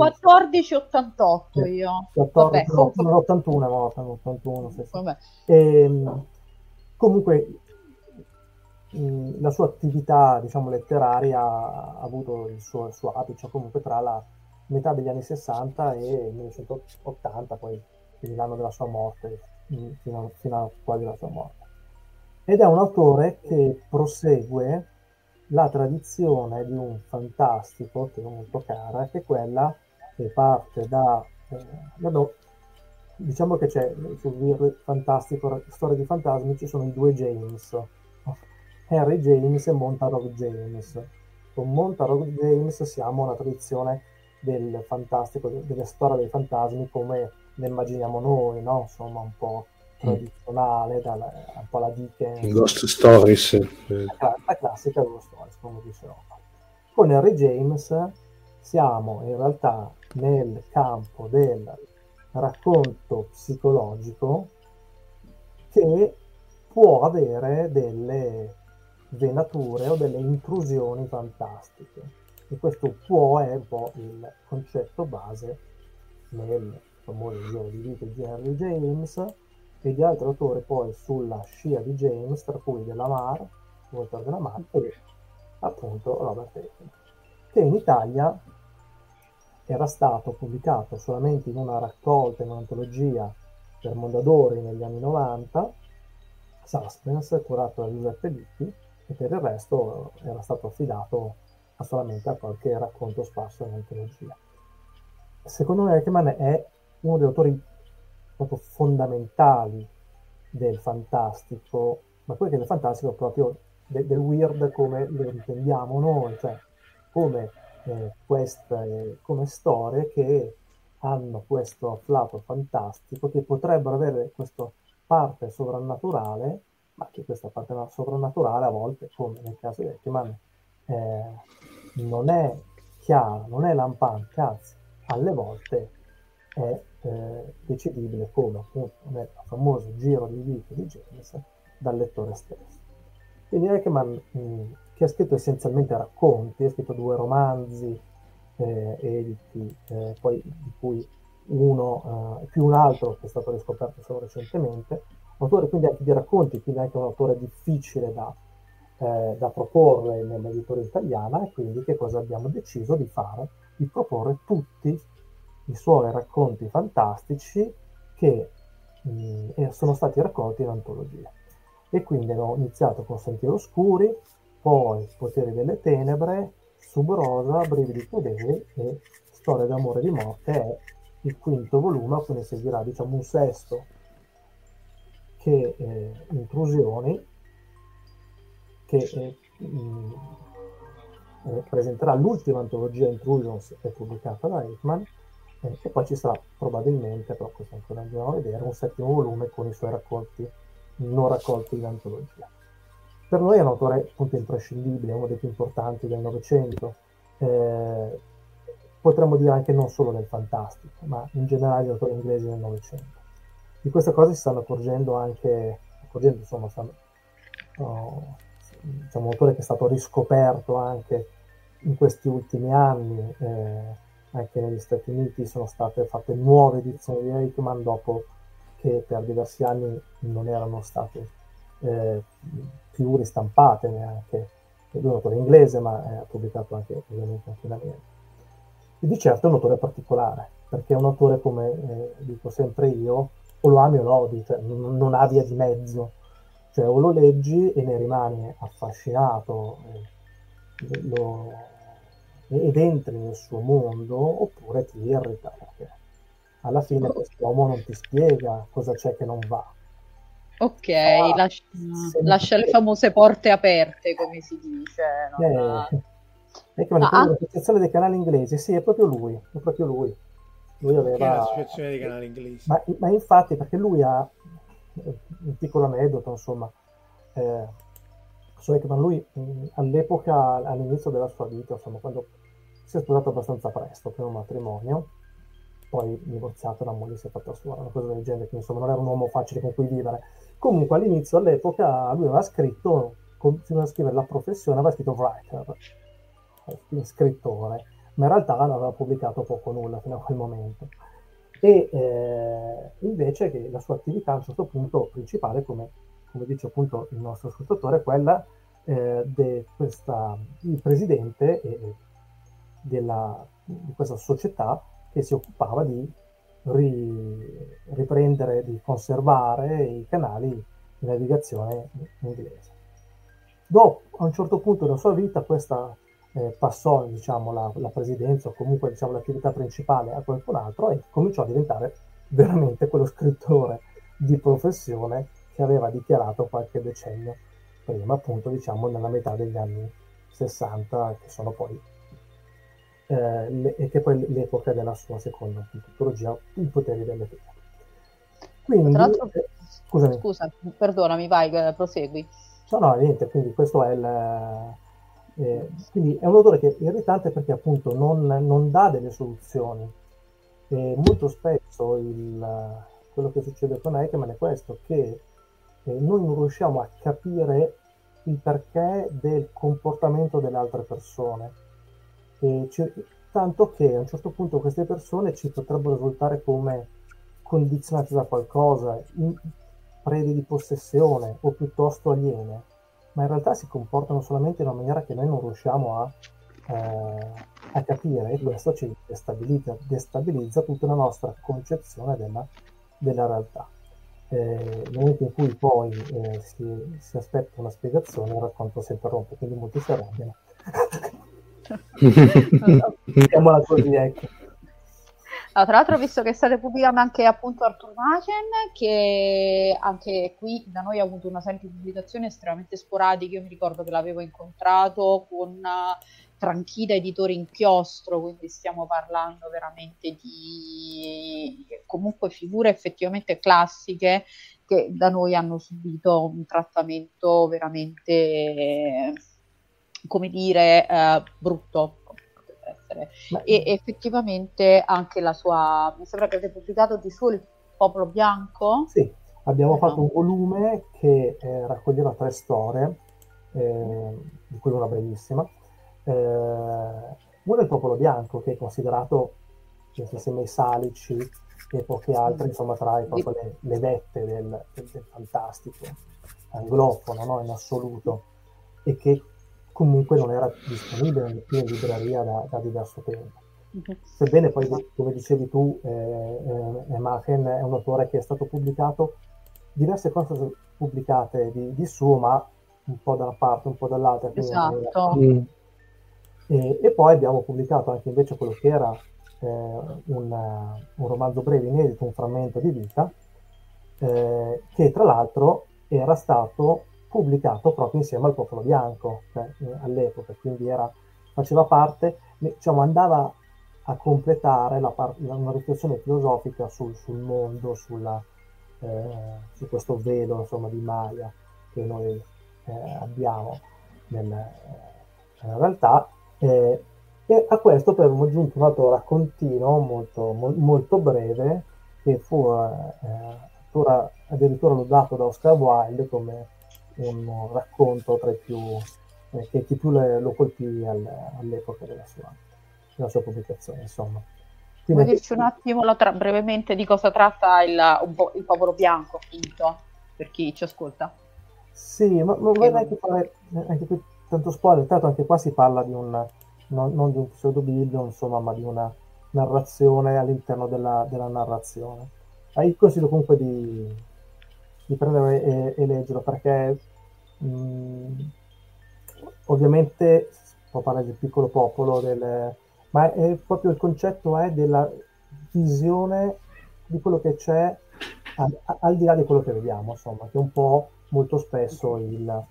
1488 io. 14, vabbè, no, 81 è morto, 81, sì, sì. Comunque la sua attività, diciamo, letteraria ha avuto il suo apice comunque tra la metà degli anni 60 e il 1980, poi l'anno della sua morte, fino a quasi la sua morte. Ed è un autore che prosegue la tradizione di un fantastico che è molto cara, che è quella che parte da... diciamo che c'è sul fantastico, storia di fantasmi, ci sono i due James, Henry James e Montague James. Con Montague James siamo una tradizione del fantastico, delle storie dei fantasmi come le immaginiamo noi, no? Insomma, un po' tradizionale, un po' la Dickens, Ghost Stories, la classica Ghost Stories, come dicevo. Con Henry James siamo in realtà nel campo del racconto psicologico che può avere delle venature o delle intrusioni fantastiche, e questo può è un po' il concetto base nel famoso giro di vita di Henry James e di altri autori poi sulla scia di James, tra cui Delamare, Walter Delamare, e appunto Robert Eichmann, che in Italia era stato pubblicato solamente in una raccolta, in un'antologia per Mondadori negli anni 90, Suspense, curato da Giuseppe Lippi, e per il resto era stato affidato solamente a qualche racconto sparso in antologia. Secondo me Eichmann è uno degli autori proprio fondamentali del fantastico, ma quello che è del fantastico proprio del weird come lo intendiamo noi, cioè come queste come storie che hanno questo afflato fantastico, che potrebbero avere questa parte sovrannaturale, ma che questa parte sovrannaturale a volte, come nel caso di Eichmann, non è chiara, non è lampante, anzi alle volte è decidibile, come appunto nel famoso giro di vita di James, dal lettore stesso. Quindi Eichmann, che ha scritto essenzialmente racconti, ha scritto 2 romanzi editi, poi di cui uno più un altro che è stato riscoperto solo recentemente, autore quindi anche di racconti, quindi anche un autore difficile da proporre nell'editoria italiana, e quindi che cosa abbiamo deciso di fare? Di proporre tutti i suoi racconti fantastici che sono stati raccolti in antologia. E quindi ho iniziato con Sentieri Oscuri, poi Poteri delle Tenebre, Sub Rosa, Brividi Crudeli e Storia d'amore e di morte è il 5º volume, quindi seguirà diciamo un sesto che Intrusioni, che presenterà l'ultima antologia Intrusions che è pubblicata da Eichmann, e poi ci sarà probabilmente, però questo ancora andiamo a vedere, un 7º volume con i suoi raccolti non raccolti in antologia. Per noi è un autore appunto imprescindibile, uno dei più importanti del Novecento, potremmo dire anche non solo del fantastico, ma in generale gli autori inglesi del Novecento. Di queste cose si stanno accorgendo insomma, diciamo, un autore che è stato riscoperto anche in questi ultimi anni, anche negli Stati Uniti sono state fatte nuove edizioni di Hickman dopo che per diversi anni non erano state più ristampate neanche. Lui è un autore inglese, ma ha pubblicato anche ovviamente anche in America. E di certo è un autore particolare, perché è un autore, come dico sempre io, o lo ami o lo odi, cioè non ha via di mezzo, cioè o lo leggi e ne rimani affascinato ed entri nel suo mondo, oppure ti irrita, perché alla fine quest'uomo non ti spiega cosa c'è che non va. Ok, lascia le famose porte aperte, come si dice. È che l'associazione dei canali inglesi, sì, è proprio lui. Lui aveva... Che è l'associazione dei canali inglesi? Ma infatti, perché lui ha un piccolo aneddoto, insomma, lui all'epoca, all'inizio della sua vita, insomma, quando si è sposato abbastanza presto per un matrimonio, poi divorziato, la moglie si è fatta sua, una cosa del genere, quindi insomma non era un uomo facile con cui vivere. Comunque all'inizio, all'epoca, lui aveva scritto, continuava a scrivere la professione, aveva scritto writer, quindi scrittore, ma in realtà non aveva pubblicato poco o nulla fino a quel momento. E invece che la sua attività a un certo punto principale, come dice appunto il nostro ascoltatore, è quella il presidente di questa società che si occupava di riprendere, di conservare i canali di navigazione inglese. Dopo, a un certo punto della sua vita, questa passò, diciamo, la presidenza, o comunque, diciamo, l'attività principale a qualcun altro, e cominciò a diventare veramente quello scrittore di professione che aveva dichiarato qualche decennio prima, appunto, diciamo, nella metà degli anni 60, che sono poi l'epoca della sua seconda trilogia, I poteri delle tenebre. Quindi, tra l'altro, scusami. Scusa, perdonami, vai, prosegui. No, niente, quindi questo è quindi è un autore che è irritante perché appunto non dà delle soluzioni, e molto spesso quello che succede con Hickman è questo, che noi non riusciamo a capire il perché del comportamento delle altre persone, tanto che a un certo punto queste persone ci potrebbero risultare come condizionate da qualcosa, prede di possessione o piuttosto aliene, ma in realtà si comportano solamente in una maniera che noi non riusciamo a capire, e questo ci destabilizza tutta la nostra concezione della realtà. Nel momento in cui poi si aspetta una spiegazione, il racconto si interrompe, quindi molti si arrabbiano. Mettiamola così, ecco. Tra l'altro, visto che state pubblicando anche appunto Arthur Machen, che anche qui da noi ha avuto una serie di pubblicazioni estremamente sporadiche. Io mi ricordo che l'avevo incontrato con Tranchida Editore Inchiostro, quindi stiamo parlando veramente di comunque figure effettivamente classiche che da noi hanno subito un trattamento veramente, come dire, brutto. E effettivamente anche la sua, mi sembra che avete pubblicato di suo Il Popolo Bianco. Sì, abbiamo fatto un volume che raccoglieva 3 storie, di cui una brevissima. Una è Il Popolo Bianco, che è considerato, insieme ai Salici e poche altre, insomma, tra proprio le vette del fantastico anglofono, no? In assoluto, e che comunque non era disponibile più in libreria da diverso tempo. Sebbene poi, come dicevi tu, Machen è un autore che è stato pubblicato, diverse cose sono pubblicate di suo, ma un po' da una parte, un po' dall'altra. Esatto. E poi abbiamo pubblicato anche invece quello che era un romanzo breve inedito, Un frammento di vita, che tra l'altro era stato pubblicato proprio insieme al Popolo Bianco, all'epoca, quindi faceva parte, diciamo, andava a completare una riflessione filosofica sul mondo, su questo velo, insomma, di Maya che noi abbiamo nella realtà, e E a questo poi abbiamo aggiunto un altro raccontino molto breve, che fu addirittura lodato da Oscar Wilde come un racconto tra i più che più lo colpì all'epoca della sua pubblicazione, insomma. Vuoi dirci un attimo brevemente di cosa tratta il Popolo Bianco, appunto, per chi ci ascolta? Sì, ma non vorrei neanche fare anche qui tanto spoiler, tanto anche qua si parla di non di un pseudo-biblio, insomma, ma di una narrazione all'interno della narrazione. Io consiglio comunque di prendere e leggerlo, perché ovviamente si può parlare del piccolo popolo, ma è proprio il concetto è della visione di quello che c'è al di là di quello che vediamo, insomma, che è un po' molto spesso il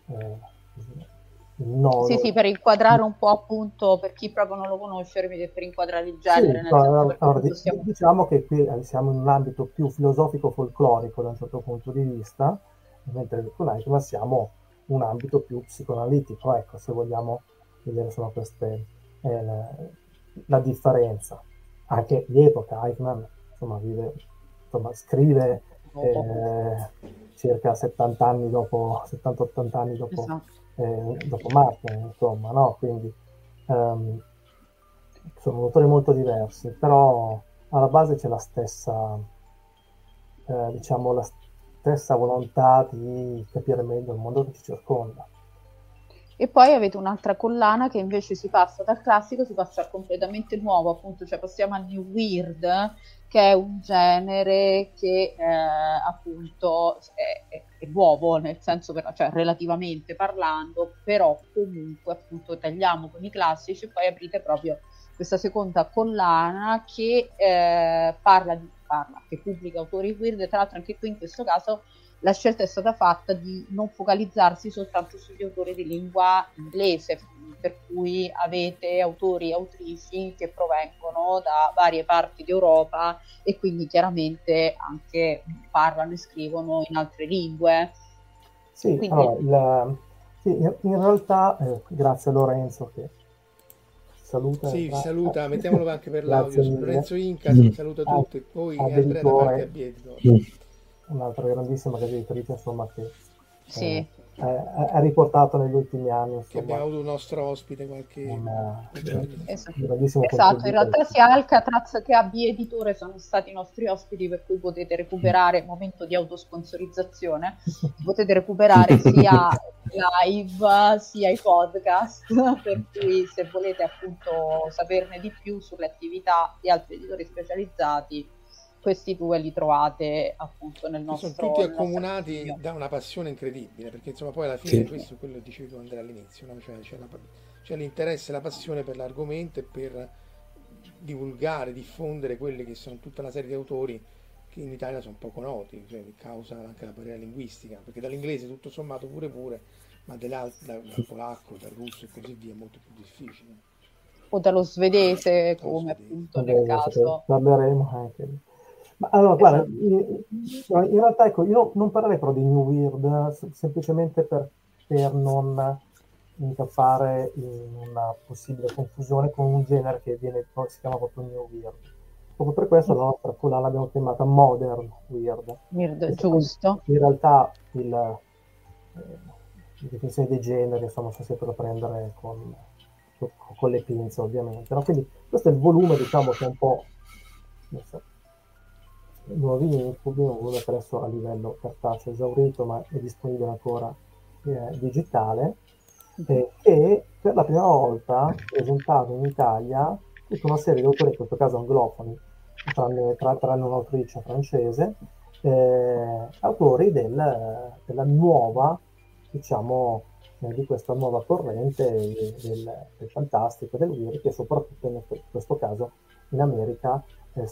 nodo. Sì, per inquadrare un po', appunto, per chi proprio non lo conosce, per inquadrare il genere. Diciamo che qui siamo in un ambito più filosofico-folclorico da un certo punto di vista, mentre con Eichmann siamo un ambito più psicoanalitico, ecco, se vogliamo vedere sono queste la differenza. Anche di epoca, Eichmann scrive circa 70 anni dopo, 70-80 anni dopo, esatto. Dopo Martin, insomma, no? Quindi sono autori molto diversi, però alla base c'è la stessa la stessa volontà di capire meglio il mondo che ci circonda. E poi avete un'altra collana che invece si passa dal classico, si passa al completamente nuovo, appunto, cioè passiamo al New Weird, che è un genere che appunto è nuovo, nel senso, cioè relativamente parlando, però comunque appunto tagliamo con i classici e poi aprite proprio questa seconda collana che che pubblica autori weird. Tra l'altro anche qui in questo caso la scelta è stata fatta di non focalizzarsi soltanto sugli autori di lingua inglese, per cui avete autori e autrici che provengono da varie parti d'Europa e quindi chiaramente anche parlano e scrivono in altre lingue. Sì, quindi... allora, in realtà, grazie a Lorenzo che saluta. Sì, saluta, mettiamolo anche per l'audio. Lorenzo Inca saluta tutti, poi Andrea da parte a Biedito. Un'altra grandissima casa editrice, insomma, che ha riportato negli ultimi anni, insomma, che abbiamo avuto un nostro ospite esatto, in realtà sia Alcatraz che AB Editore sono stati i nostri ospiti, per cui potete recuperare, momento di autosponsorizzazione, potete recuperare sia live sia i podcast, per cui se volete appunto saperne di più sulle attività di altri editori specializzati, questi due li trovate appunto nel nostro... Sono tutti accomunati da una passione incredibile, perché insomma poi alla fine questo è quello che dicevi tu, Andrea, all'inizio, no? Cioè, c'è l'interesse e la passione per l'argomento e per divulgare, diffondere quelli che sono tutta una serie di autori che in Italia sono poco noti, cioè causa anche la barriera linguistica, perché dall'inglese tutto sommato pure, ma dal polacco, dal russo e così via è molto più difficile. O dallo svedese, come appunto nel caso. Parleremo anche. Ma allora, guarda, in realtà ecco, io non parlerei però di New Weird, semplicemente per non incappare in una possibile confusione con un genere che si chiama proprio New Weird. Proprio per questo la nostra collana l'abbiamo chiamata Modern Weird. Giusto. In realtà la definizione dei generi, insomma, sono sempre da prendere con le pinze, ovviamente. No? Quindi questo è il volume, diciamo, che è un po'... nuovi incubi, un volume che adesso a livello cartaceo esaurito, ma è disponibile ancora digitale, e per la prima volta presentato in Italia tutta una serie di autori, in questo caso anglofoni, tranne un'autrice francese, autori della nuova, diciamo, di questa nuova corrente del fantastico, del weird, che soprattutto in questo caso in America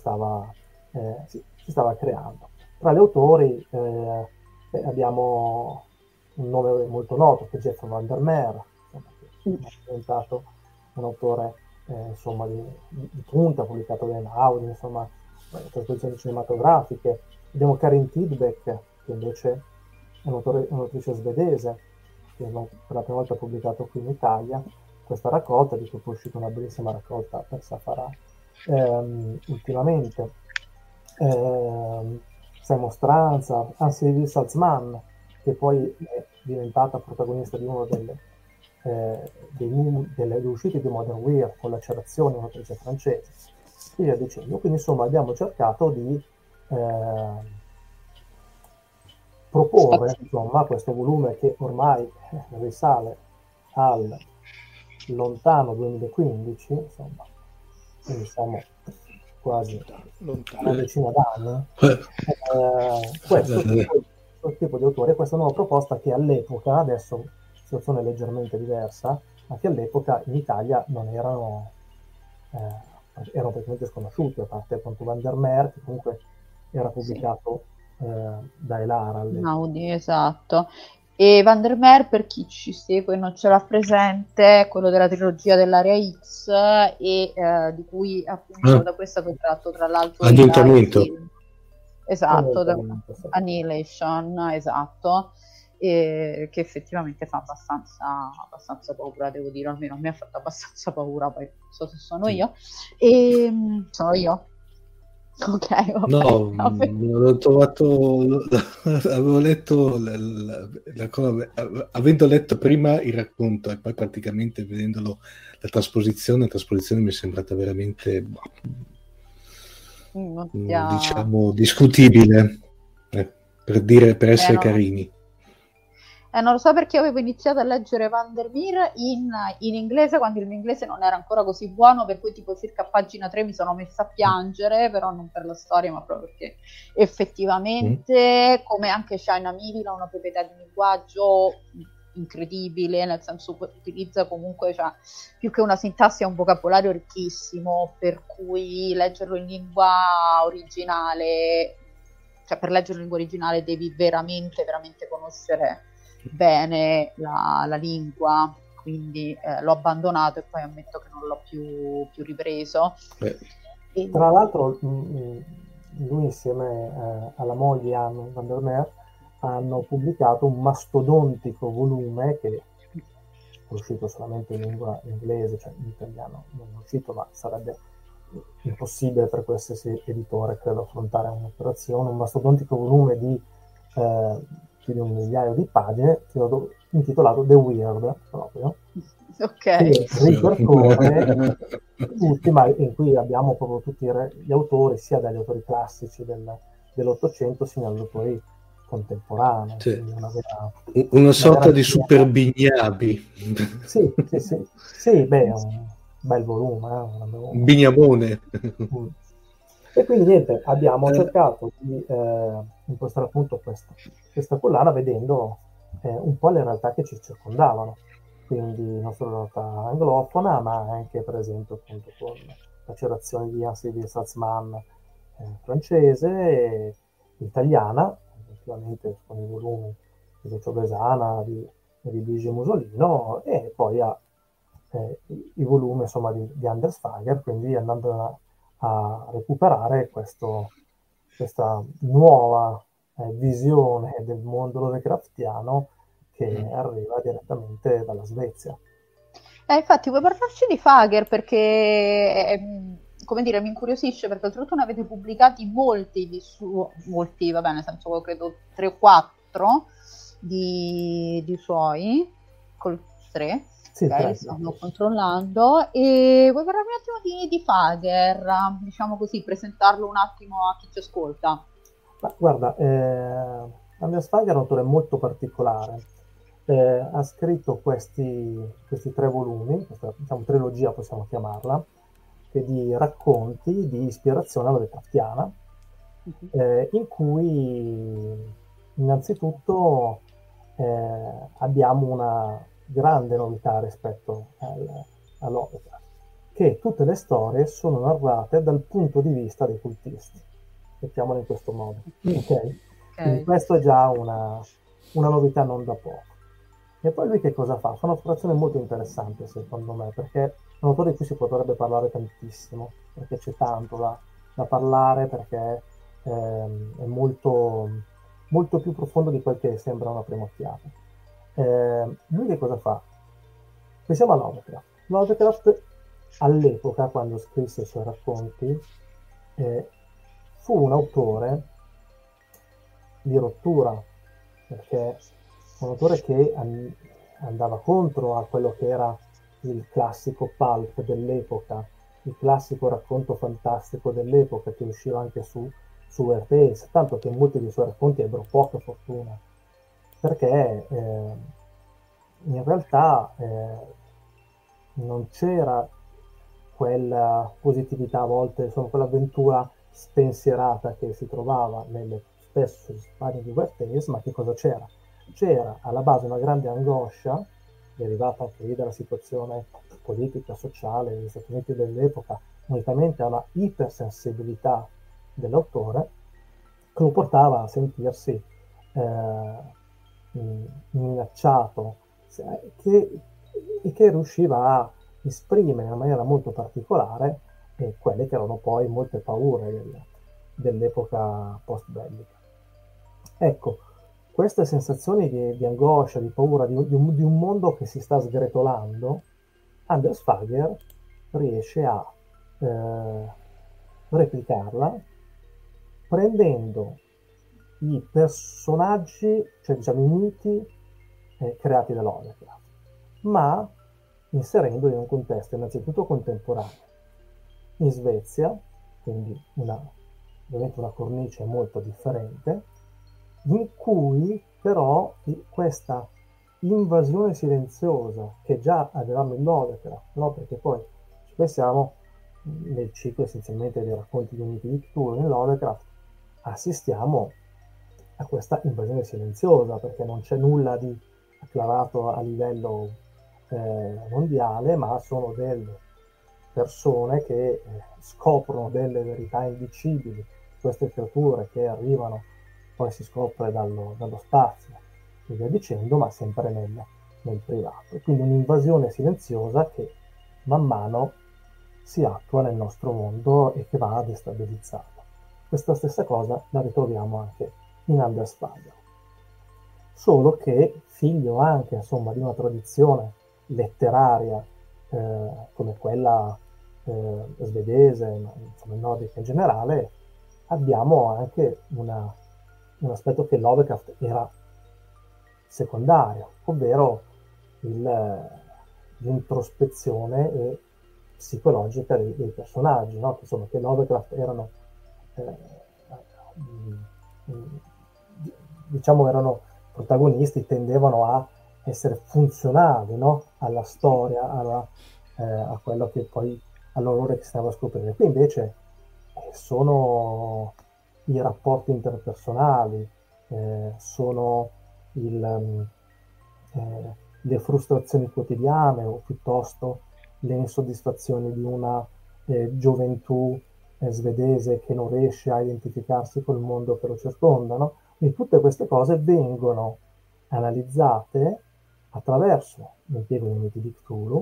si stava creando. Tra gli autori abbiamo un nome molto noto, che è Jeff Vandermeer, che è diventato un autore insomma di punta, pubblicato da Einaudi, insomma, trasposizioni cinematografiche. Abbiamo Karin Tidbeck, che invece è un'autrice svedese, che per la prima volta ha pubblicato qui in Italia, questa raccolta, di cui è uscita una bellissima raccolta per Safara ultimamente. Semo Stranza, Anne-Sylvie Salzman, che poi è diventata protagonista di uno delle uscite di Modern Weird con Lacerazioni, un'autrice francese, e via dicendo. Quindi insomma abbiamo cercato di proporre insomma questo volume che ormai risale al lontano 2015, insomma, quindi siamo quasi una decina d'anni, questo tipo di autore, questa nuova proposta che all'epoca, adesso la situazione è leggermente diversa, ma che all'epoca in Italia non erano praticamente sconosciuti, a parte appunto Van der Meer, che comunque era pubblicato da Elara all'epoca. Audi, esatto. E Van der Meer, per chi ci segue e non ce l'ha presente, è quello della trilogia dell'Area X, e di cui appunto da questo è tratto tra l'altro Annientamento. Esatto, Annihilation, esatto, che effettivamente fa abbastanza paura, devo dire, almeno a me ha fatto abbastanza paura, poi non so se sono io. E sono io? Ok, no, l'ho trovato, avevo letto la cosa, avendo letto prima il racconto e poi praticamente vedendolo la trasposizione mi è sembrata veramente diciamo discutibile, per essere carini. Non lo so, perché avevo iniziato a leggere Van der Meer in inglese quando il mio inglese non era ancora così buono, per cui tipo circa a pagina 3 mi sono messa a piangere, però non per la storia ma proprio perché effettivamente come anche China Miéville ha una proprietà di linguaggio incredibile, nel senso che utilizza comunque, cioè, più che una sintassi, è un vocabolario ricchissimo, per cui leggerlo in lingua originale, cioè per leggerlo in lingua originale devi veramente conoscere bene la lingua, quindi l'ho abbandonato e poi ammetto che non l'ho più ripreso. Tra l'altro lui insieme alla moglie Anne Van der Meer hanno pubblicato un mastodontico volume che è uscito solamente in lingua inglese, cioè in italiano non è uscito, ma sarebbe impossibile per qualsiasi editore, credo, affrontare un'operazione, un mastodontico volume di più di 1 migliaio di pagine, intitolato The Weird, proprio, che ripercorre l'ultima, in cui abbiamo proprio tutti gli autori, sia dagli autori classici dell'Ottocento sia agli autori contemporanei. Sì. Una sorta di Super Bignabi. Sì, beh, è un bel volume. Un bignamone. E quindi niente, abbiamo cercato di impostare appunto questa collana vedendo un po' le realtà che ci circondavano, quindi non solo la realtà anglofona, ma anche per esempio appunto con Lacerazioni di Anne-Sylvie Salzman francese, italiana, effettivamente con i volumi di Lucio Besana, di Luigi Musolino, e poi i volumi insomma di Anders Fager, quindi andando a recuperare questa nuova visione del mondo lovecraftiano che arriva direttamente dalla Svezia. Infatti vuoi parlarci di Fager, perché come dire, mi incuriosisce, perché oltretutto ne avete pubblicati molti, va bene, nel senso credo 3 o 4 di suoi, col 3. Sì, ok, sto controllando. E vuoi parlarmi un attimo di Fager, diciamo così, presentarlo un attimo a chi ci ascolta? Ma guarda, Anders Fager è un autore molto particolare. Ha scritto questi 3 volumi, questa diciamo trilogia possiamo chiamarla, che di racconti di ispirazione lovecraftiana, in cui innanzitutto abbiamo una grande novità rispetto a Lovecraft, che tutte le storie sono narrate dal punto di vista dei cultisti, mettiamolo in questo modo, ok? Quindi questo è già una novità non da poco. E poi lui che cosa fa? Fa un'operazione molto interessante secondo me, perché è un autore di cui si potrebbe parlare tantissimo, perché c'è tanto da parlare, perché è molto, molto più profondo di quel che sembra una prima occhiata. Lui che cosa fa? Pensiamo a Lovecraft. Lovecraft all'epoca, quando scrisse i suoi racconti, fu un autore di rottura, perché un autore che andava contro a quello che era il classico pulp dell'epoca, il classico racconto fantastico dell'epoca che usciva anche su RTS, tanto che molti dei suoi racconti ebbero poca fortuna, perché in realtà non c'era quella positività, a volte insomma quell'avventura spensierata che si trovava nelle spesso storie di RTS, ma che cosa c'era? C'era alla base una grande angoscia, derivata anche lì dalla situazione politica, sociale degli Stati Uniti dell'epoca, unitamente alla ipersensibilità dell'autore, che lo portava a sentirsi minacciato, e che riusciva a esprimere in una maniera molto particolare quelle che erano poi molte paure dell'epoca post-bellica. Ecco, queste sensazioni di angoscia, di paura, di un mondo che si sta sgretolando, Anders Fager riesce a replicarla prendendo i personaggi, cioè diciamo i miti creati da Lovecraft, ma inserendoli in un contesto innanzitutto contemporaneo. In Svezia, quindi ovviamente una cornice molto differente, in cui però questa invasione silenziosa che già avevamo in Lovecraft, no? Perché poi ci pensiamo nel ciclo essenzialmente dei racconti di miti di Cthulhu in Lovecraft, assistiamo a questa invasione silenziosa, perché non c'è nulla di acclarato a livello mondiale, ma sono delle persone che scoprono delle verità indicibili, queste creature che arrivano, poi si scopre dallo spazio e via dicendo, ma sempre nel privato. Quindi un'invasione silenziosa che man mano si attua nel nostro mondo e che va a destabilizzarlo. Questa stessa cosa la ritroviamo anche in Anders Fager, solo che figlio anche insomma di una tradizione letteraria come quella svedese, ma insomma nordica in generale, abbiamo anche un aspetto che Lovecraft era secondario, ovvero l'introspezione e psicologica dei personaggi, no? Insomma, che Lovecraft erano erano protagonisti, tendevano a essere funzionali, no? Alla storia, a quello che poi all'orrore che si andava a scoprire. Qui invece sono i rapporti interpersonali, sono le frustrazioni quotidiane o piuttosto le insoddisfazioni di una gioventù svedese che non riesce a identificarsi col mondo che lo circonda, no? Quindi tutte queste cose vengono analizzate attraverso l'impiego dei miti di Cthulhu,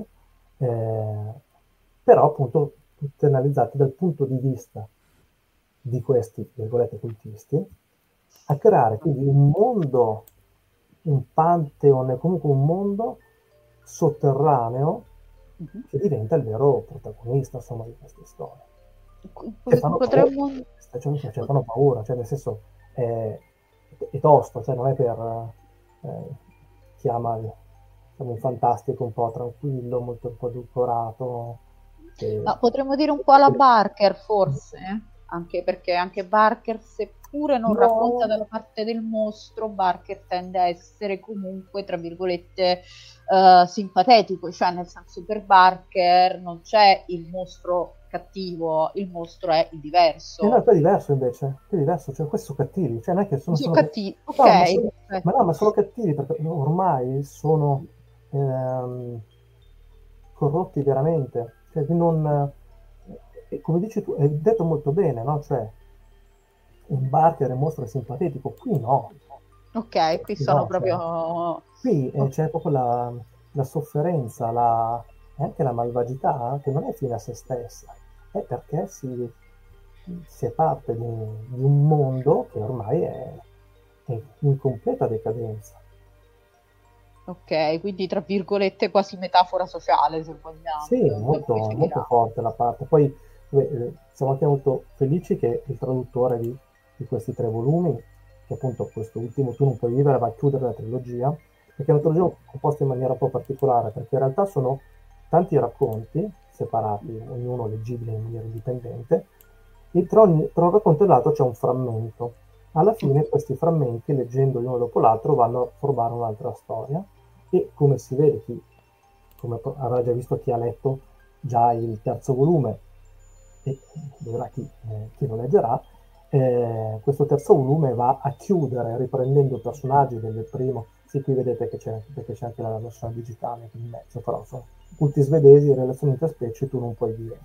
però appunto tutte analizzate dal punto di vista di questi, virgolette, cultisti, a creare quindi un mondo, un pantheon, comunque un mondo sotterraneo che diventa il vero protagonista, insomma, di queste storie. Che fanno paura, cioè nel senso è tosto, cioè non è per chi ama un fantastico un po' tranquillo, molto un po' edulcorato. Ma potremmo dire un po' alla Barker, forse, anche perché anche Barker, seppure non racconta dalla parte del mostro, Barker tende a essere comunque, tra virgolette, simpatetico, cioè nel senso per Barker non c'è il mostro cattivo, il mostro è il diverso. No, è diverso invece, è diverso, cioè questi sono cattivi, cioè non è che sono cattivi, ok. Ma sono cattivi perché ormai sono corrotti veramente, cioè non, come dici tu, è detto molto bene, no? Cioè in Barker il mostro è simpatico, qui no. Ok, qui sono proprio... Qui c'è proprio la sofferenza, e anche la malvagità che non è fine a se stessa, è perché si è parte di un mondo che ormai è in completa decadenza. Ok, quindi tra virgolette quasi metafora sociale, se vogliamo. Sì, Poi molto, si molto dirà. forte la parte. Poi siamo anche molto felici che il traduttore di questi 3 volumi, che appunto questo ultimo Tu non puoi vivere, va a chiudere la trilogia, perché è una trilogia composta in maniera un po' particolare, perché in realtà sono tanti racconti separati, ognuno leggibile in maniera indipendente, e tra un racconto e l'altro c'è un frammento. Alla fine questi frammenti, leggendoli uno dopo l'altro, vanno a formare un'altra storia e come si vede, come avrà già visto chi ha letto già il terzo volume e vedrà chi lo leggerà, questo terzo volume va a chiudere riprendendo i personaggi del primo. Sì, qui vedete che perché c'è anche la versione digitale in mezzo, però sono culti svedesi, relazioni interspecie, tu non puoi dire.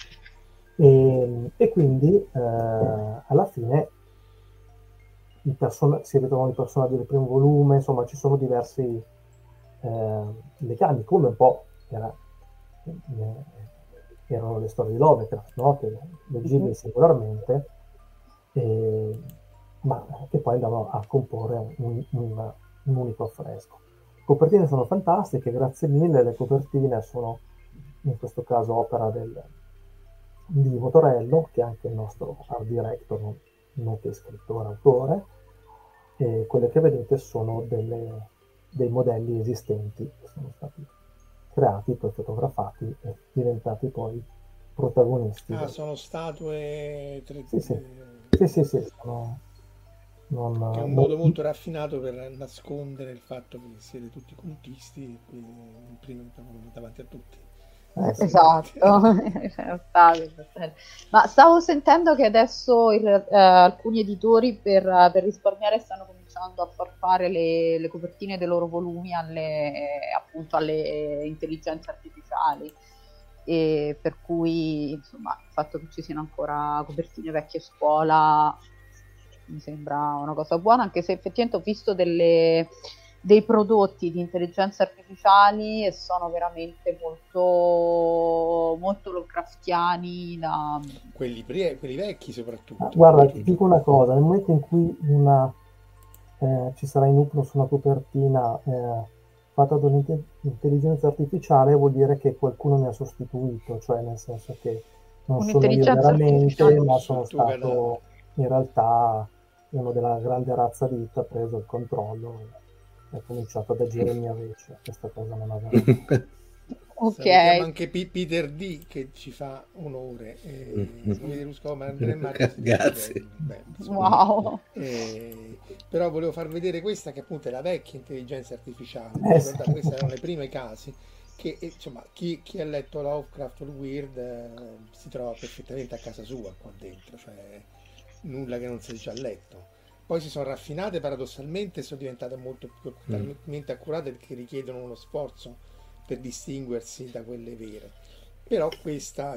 E quindi alla fine si ritrovano i personaggi del primo volume, insomma ci sono diversi legami, come un po' erano le storie di Lovecraft, no? Che leggibili singolarmente, ma che poi andavano a comporre un unico affresco. Le copertine sono fantastiche, grazie mille, le copertine sono in questo caso opera di Motorello, che è anche il nostro art director, nonché scrittore, autore, e quelle che vedete sono dei modelli esistenti che sono stati creati, poi fotografati e diventati poi protagonisti. Sono statue Sì, sì, che è un modo molto raffinato per nascondere il fatto che siete tutti cultisti e quindi imprimano davanti a tutti. Sì. Esatto. Ma stavo sentendo che adesso alcuni editori per risparmiare stanno cominciando a far fare le copertine dei loro volumi appunto alle intelligenze artificiali, e per cui insomma il fatto che ci siano ancora copertine vecchie scuola mi sembra una cosa buona, anche se effettivamente ho visto dei prodotti di intelligenza artificiali e sono veramente molto, molto Lovecraftiani. Quelli vecchi soprattutto. Guarda, ti dico una cosa, nel momento in cui ci sarà in Upno su una copertina fatta da un'intelligenza artificiale, vuol dire che qualcuno mi ha sostituito, cioè nel senso che non sono io veramente, ma sono stato in realtà uno della grande razza vita, ha preso il controllo e ha cominciato ad agire in mia vece. Questa cosa non avverrà. Ok. Salutiamo anche Peter D che ci fa onore. Grazie. Wow. Però volevo far vedere questa che appunto è la vecchia intelligenza artificiale. Ricordate, questi erano i primi casi che insomma chi ha letto Lovecraft o il Weird si trova perfettamente a casa sua qua dentro, cioè nulla che non sia già letto. Poi si sono raffinate paradossalmente e sono diventate molto più talmente accurate che richiedono uno sforzo per distinguersi da quelle vere. Però questa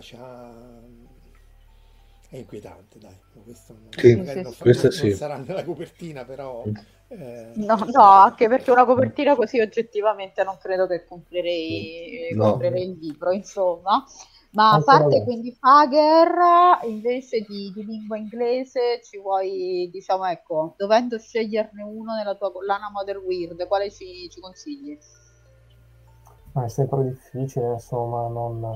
è inquietante, dai. Questo non sarà nella copertina, però no, anche perché una copertina così oggettivamente non credo che comprerei il libro, insomma. Ma a parte quindi Fager, invece di lingua inglese, ci vuoi, diciamo, ecco, dovendo sceglierne uno nella tua collana Modern Weird, quale ci consigli? Ma è sempre difficile, insomma,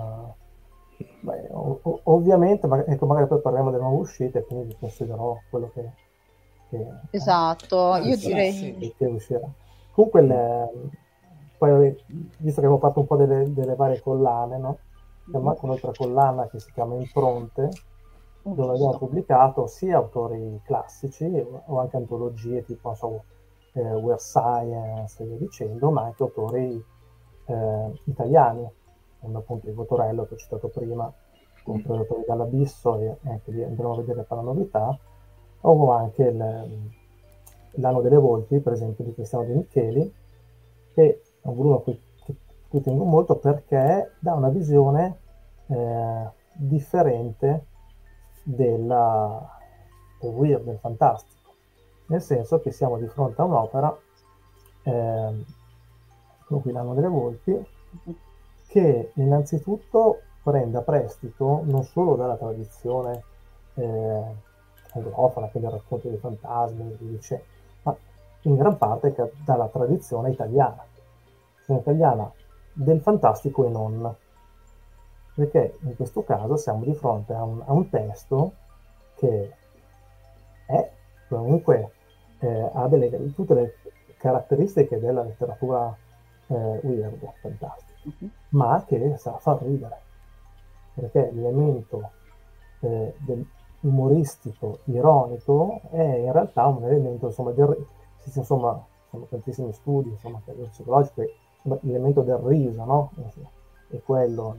ovviamente, magari poi parliamo delle nuove uscite, quindi vi considerò quello che esatto, io direi che uscirà. Comunque, poi, visto che abbiamo fatto un po' delle varie collane, no? Abbiamo anche un'altra collana che si chiama Impronte, dove abbiamo pubblicato sia autori classici o anche antologie tipo, non so, Weird Science e via dicendo, ma anche autori italiani, come appunto il Votorello che ho citato prima, con Predatori dall'Abisso, e anche lì andremo a vedere per la novità, o anche L'anno delle volpi, per esempio, di Cristiano De Micheli, che è un volume a cui tengo molto perché dà una visione differente del weird, del fantastico, nel senso che siamo di fronte a un'opera come qui L'anno delle volpi, che innanzitutto prende a prestito non solo dalla tradizione anglofona, quindi il racconto dei fantasmi, ma in gran parte dalla tradizione italiana. traduzione italiana, del fantastico e non, perché in questo caso siamo di fronte a un testo che è comunque ha tutte le caratteristiche della letteratura weird, fantastica, ma che sa far ridere, perché l'elemento umoristico, ironico è in realtà un elemento, insomma, sono tantissimi studi, insomma, psicologici, l'elemento del riso, no? E quello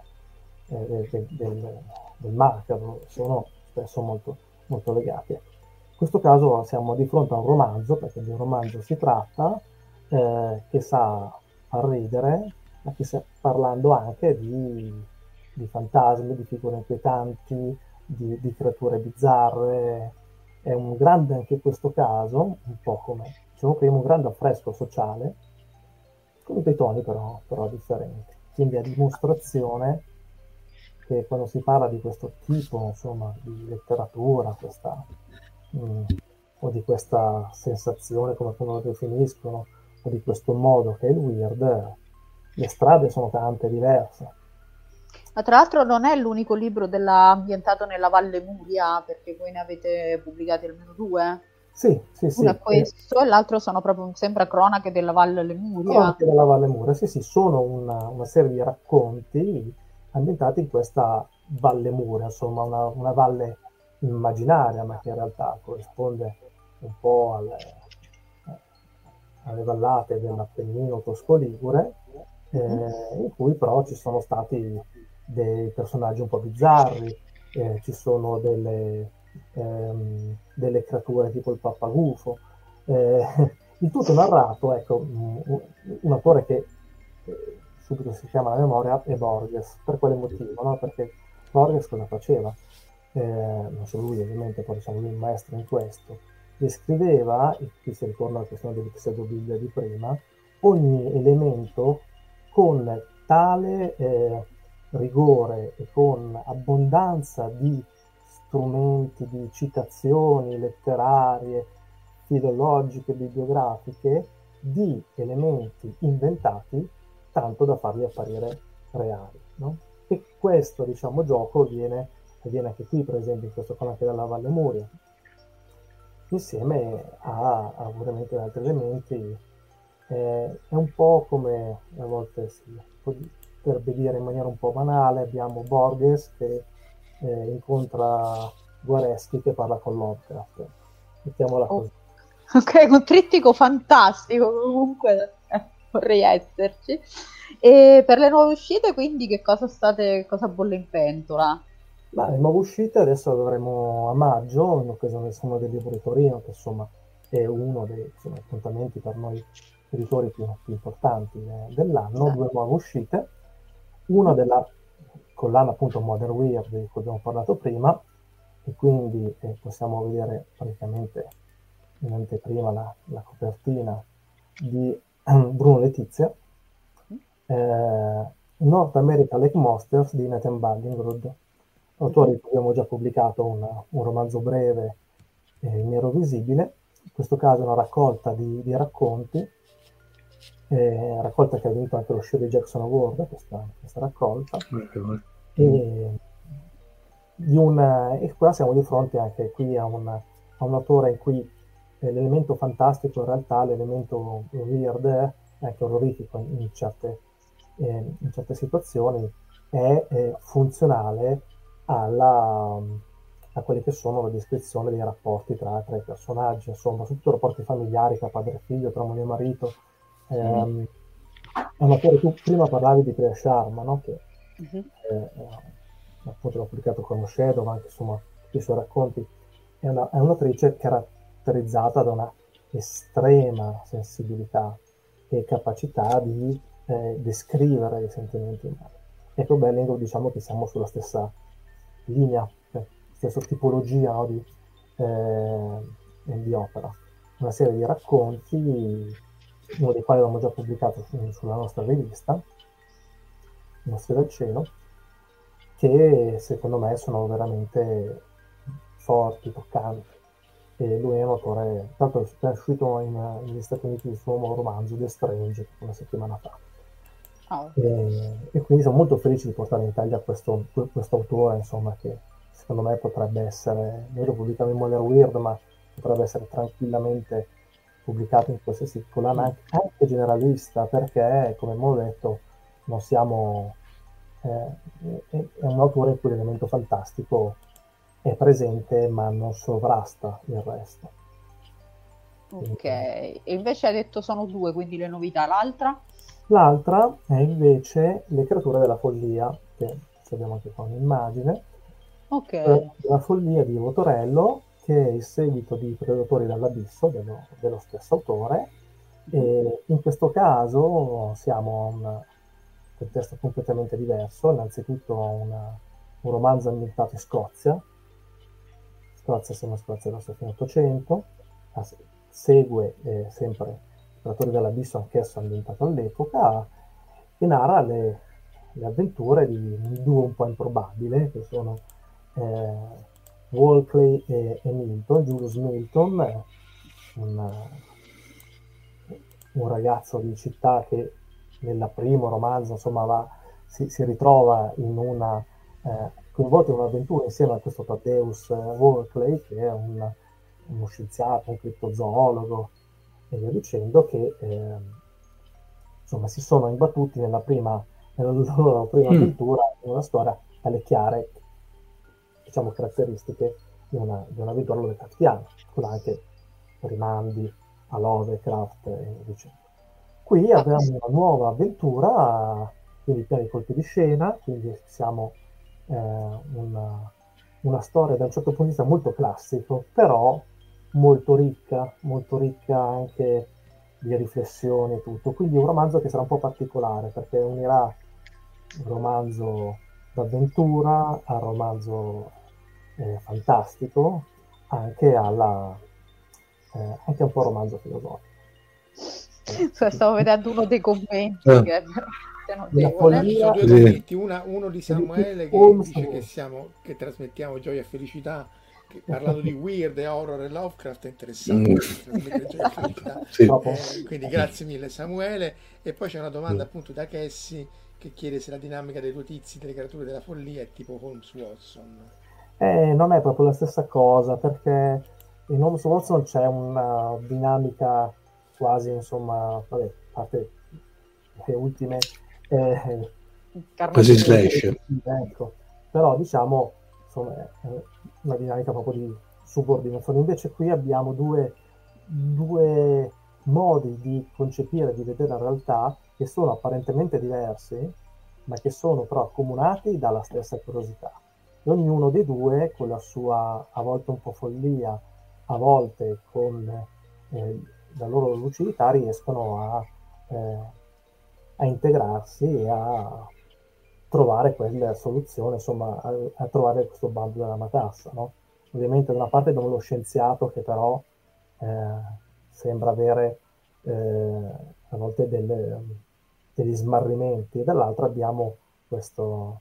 del macabro sono spesso molto, molto legati. In questo caso siamo di fronte a un romanzo, perché di un romanzo si tratta, che sa far ridere, ma che sta parlando anche di fantasmi, di figure inquietanti, di creature bizzarre. È un grande, anche in questo caso, un po' come diciamo prima, un grande affresco sociale, con dei toni però differenti. Quindi a dimostrazione che quando si parla di questo tipo, insomma, di letteratura, o di questa sensazione, come lo definiscono, o di questo modo che è il weird, le strade sono tante, diverse. Ma tra l'altro non è l'unico libro ambientato nella Valle Muria, perché voi ne avete pubblicati almeno 2. Sì. Uno è questo e l'altro sono proprio, sembra, Cronache della Valle Lemuria. Cronache della Valle Muria, sì, sono una serie di racconti ambientati in questa Valle Muria, insomma una valle immaginaria, ma che in realtà corrisponde un po' alle vallate dell'Appennino Tosco-Ligure, in cui però ci sono stati dei personaggi un po' bizzarri, ci sono delle creature tipo il pappagufo, il tutto narrato, ecco, un autore che subito si chiama alla memoria è Borges. Per quale motivo? No? Perché Borges cosa faceva? Non solo lui ovviamente, poi diciamo lui è un maestro in questo, descriveva, e qui si ritorna alla questione delle pseudobiblia di prima, ogni elemento con tale rigore e con abbondanza di strumenti, di citazioni letterarie, filologiche, bibliografiche, di elementi inventati tanto da farli apparire reali, no? E questo, diciamo, gioco avviene anche qui, per esempio, in questo Cronache della Valle Muria, insieme a veramente altri elementi. È un po' come a volte per dire in maniera un po' banale, abbiamo Borges che incontra Guareschi che parla con Lovecraft, mettiamola così. Ok, un trittico fantastico, comunque vorrei esserci. E per le nuove uscite, quindi, cosa bolle in pentola? Le nuove uscite adesso avremo a maggio, in occasione del libro di Torino, che insomma è uno dei appuntamenti per noi editori più importanti dell'anno, 2 nuove uscite, una della collana appunto Modern Weird di cui abbiamo parlato prima, e quindi possiamo vedere praticamente in anteprima la copertina di Bruno Letizia, North America Lake Monsters di Nathan Ballingrud, autore di cui abbiamo già pubblicato un romanzo breve, Nero Visibile. In questo caso è una raccolta di racconti, raccolta che ha vinto anche lo Shirley Jackson Award, questa raccolta, e qua siamo di fronte anche qui a un autore in cui l'elemento fantastico in realtà, l'elemento weird, anche orrorifico in certe situazioni, è funzionale a quelle che sono la descrizione dei rapporti tra i personaggi, insomma, soprattutto rapporti familiari tra padre e figlio, tra moglie e marito. È un autore, tu prima parlavi di Priya Sharma, no? Che appunto l'ho pubblicato con Shadow, ma anche insomma i suoi racconti. È un'autrice caratterizzata da una estrema sensibilità e capacità di descrivere i sentimenti umani. Ecco, Ballingrud, diciamo che siamo sulla stessa linea, stessa tipologia, no, di opera. Una serie di racconti, uno dei quali abbiamo già pubblicato sulla nostra rivista, Mostri dal cielo, che secondo me sono veramente forti, toccanti. e lui è un autore, tra l'altro è uscito negli Stati Uniti il suo nuovo romanzo The Strange una settimana fa. E quindi sono molto felice di portare in Italia questo autore, insomma, che secondo me potrebbe essere, noi lo pubblichiamo in Moller Weird, ma potrebbe essere tranquillamente pubblicato in qualsiasi collana, anche generalista, perché, come abbiamo detto, non siamo... è un autore in cui l'elemento fantastico è presente, ma non sovrasta il resto. Ok, e invece hai detto sono 2, quindi le novità. L'altra è invece Le creature della follia, che abbiamo anche qua un'immagine. La follia di Votorello, che è il seguito di Predatori dall'Abisso, dello stesso autore, e in questo caso siamo a un contesto completamente diverso. Innanzitutto un romanzo ambientato in Scozia, siamo in Scozia dello fine 800, segue sempre Predatori dall'Abisso, anch'esso ambientato all'epoca, e narra le avventure di un duo un po' improbabile, che sono Walkley e Milton, Julius Milton, un ragazzo di città che nel primo romanzo, insomma, si ritrova coinvolto in un'avventura insieme a questo Thaddeus Walkley, che è uno scienziato, un criptozoologo, e via dicendo, che insomma si sono imbattuti nella loro prima avventura in una storia dalle chiare, diciamo, caratteristiche di un'avventura Lovecraftiana, con anche rimandi a Lovecraft e via dicendo. Qui abbiamo una nuova avventura, quindi pieni colpi di scena, quindi siamo una storia da un certo punto di vista molto classico, però molto ricca anche di riflessioni e tutto. Quindi un romanzo che sarà un po' particolare, perché unirà un romanzo d'avventura al romanzo fantastico, anche un po' romanzo filosofico. Stavo vedendo uno dei commenti che è notevole. Ci sono 2 commenti, uno di Samuele che dice che trasmettiamo gioia e felicità, che, parlando di weird e horror e Lovecraft, è interessante trasmettere gioia e felicità. Quindi grazie mille Samuele. E poi c'è una domanda appunto da Cassie, che chiede se la dinamica dei 2 tizi delle creature della follia è tipo Holmes Watson. Non è proprio la stessa cosa, perché in Holmes Watson c'è una dinamica quasi, insomma, vabbè, a parte le ultime quasi slash, ecco. Però diciamo, insomma, è una dinamica proprio di subordinazione. Invece qui abbiamo due modi di concepire, di vedere la realtà, che sono apparentemente diversi, ma che sono però accomunati dalla stessa curiosità. E ognuno dei due, con la sua a volte un po' follia, a volte con la loro lucidità, riescono a integrarsi e a trovare quella soluzione, insomma, a trovare questo bando della matassa, no? Ovviamente da una parte abbiamo lo scienziato che però sembra avere a volte degli smarrimenti, e dall'altra abbiamo questo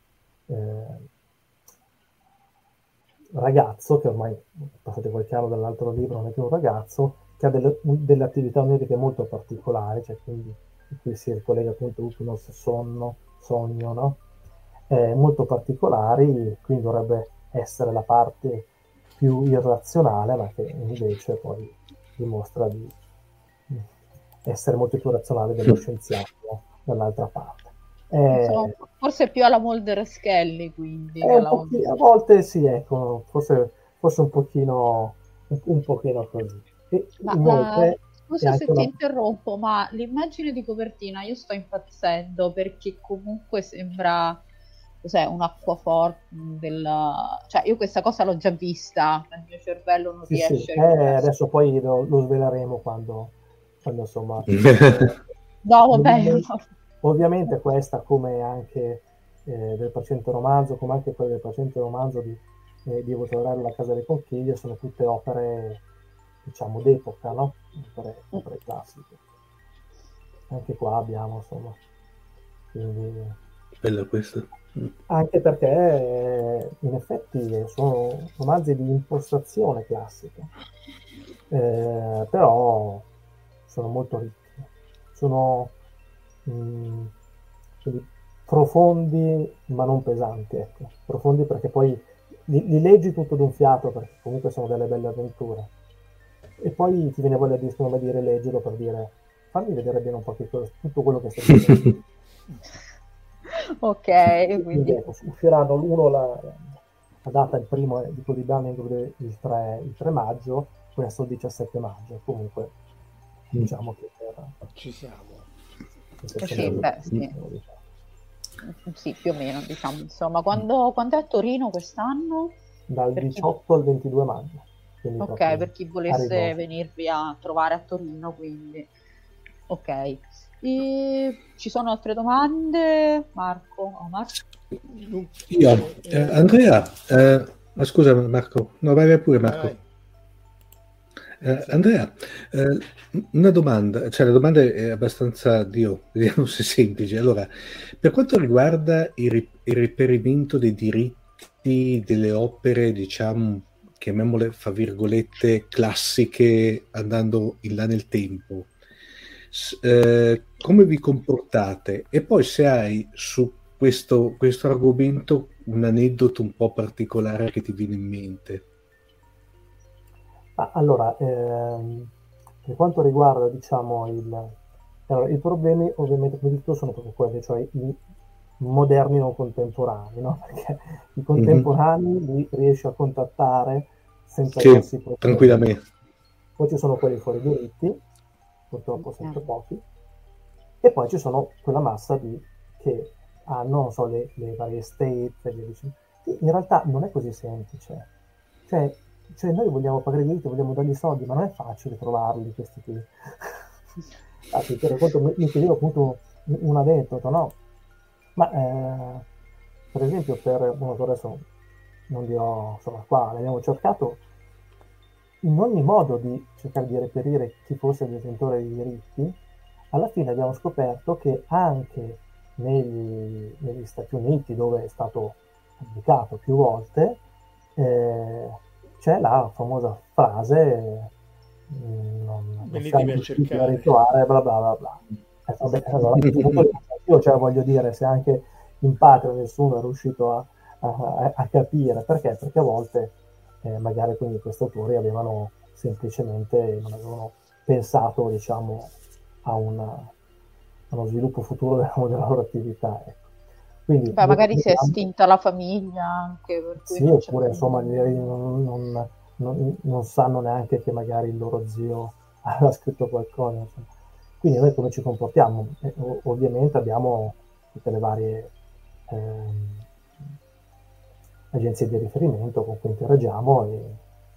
ragazzo che ormai, passate qualche anno dall'altro libro, non è più un ragazzo, che ha delle attività oniriche molto particolari, cioè quindi qui si ricollega appunto Upinos, sogno, no? Molto particolari, quindi dovrebbe essere la parte più irrazionale, ma che invece poi dimostra di essere molto più razionale dello scienziato dall'altra parte. Forse più alla Mulder e Scully, quindi a volte sì, ecco, forse un pochino così. Scusa se ti interrompo, ma l'immagine di copertina io sto impazzendo, perché comunque sembra, cos'è, un acquaforte cioè io questa cosa l'ho già vista, il mio cervello non riesce adesso poi lo sveleremo quando insomma no, vabbè. Ovviamente questa, come anche del precedente romanzo, come anche quella del precedente romanzo di Votorello, La casa delle conchiglie, sono tutte opere, diciamo, d'epoca, no? Opere classiche. Anche qua abbiamo, insomma, quindi bella questa. Anche perché in effetti sono romanzi di impostazione classica, però sono molto ricchi, sono quindi profondi ma non pesanti, ecco. Profondi perché poi li leggi tutto d'un fiato, perché comunque sono delle belle avventure, e poi ti viene voglia di rileggerlo per dire fammi vedere bene un po' tutto quello che stai dicendo. Ok, quindi ecco, usciranno l'uno la data, il primo di quello di Dunning il 3 maggio, questo il 17 maggio, comunque diciamo che ci siamo. sì, beh, sì. Sì, più o meno, diciamo, insomma. Quando è a Torino quest'anno? Dal 18 al 22 maggio. Ok, per chi volesse venirvi a trovare a Torino, quindi. Ok. E ci sono altre domande? Marco? Io, Andrea, ma scusa Marco, no, vai pure Marco. Andrea, una domanda, cioè la domanda è abbastanza, vediamo se è semplice. Allora, per quanto riguarda il reperimento dei diritti delle opere, diciamo, chiamiamole fra virgolette, classiche, andando in là nel tempo, come vi comportate? E poi se hai su questo argomento un aneddoto un po' particolare che ti viene in mente. Allora, per quanto riguarda, diciamo, i problemi, ovviamente, come dico, sono proprio quelli, cioè i moderni non contemporanei, no? Perché i contemporanei li riesci a contattare senza grossi problemi. Tranquillamente. Poi ci sono quelli fuori diritti, purtroppo sempre pochi, e poi ci sono quella massa che hanno, non so, le varie state, in realtà non è così semplice. Cioè noi vogliamo pagare i diritti, vogliamo dargli soldi, ma non è facile trovarli questi qui. Mi chiedevo appunto un aneddoto, no? Ma per esempio adesso non dirò, insomma, qua abbiamo cercato in ogni modo di cercare di reperire chi fosse il detentore dei diritti. Alla fine abbiamo scoperto che anche negli Stati Uniti, dove è stato pubblicato più volte, c'è la famosa frase non venitemi a cercare, rituale, bla bla bla bla. Allora, io voglio dire, se anche in patria nessuno è riuscito a capire perché a volte magari quindi questi autori avevano semplicemente non avevano pensato, diciamo, a uno sviluppo futuro della loro attività, ecco. Quindi, magari si è estinta la famiglia anche, per cui sì, oppure insomma non sanno neanche che magari il loro zio aveva scritto qualcosa, insomma. Quindi noi come ci comportiamo? Ovviamente abbiamo tutte le varie agenzie di riferimento con cui interagiamo e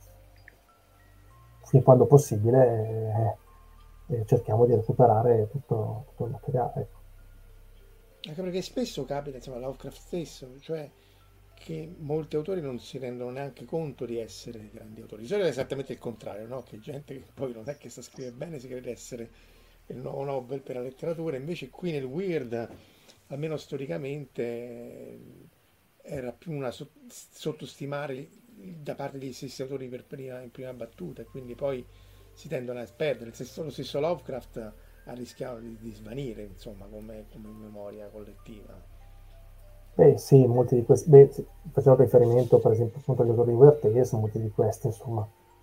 fin quando possibile cerchiamo di recuperare tutto il materiale, ecco. Anche perché spesso capita, insomma, Lovecraft stesso, cioè che molti autori non si rendono neanche conto di essere grandi autori. Di solito è esattamente il contrario, no? Che gente che poi non è che sa scrivere bene si crede essere il nuovo Nobel per la letteratura, invece qui nel Weird, almeno storicamente, era più una sottostimare da parte degli stessi autori in prima battuta, e quindi poi si tendono a perdere. Lo stesso Lovecraft ha rischiato di svanire, insomma, come memoria collettiva. Sì, molti di questi, facendo riferimento per esempio appunto agli autori di Weird Tales, molti di questi, insomma,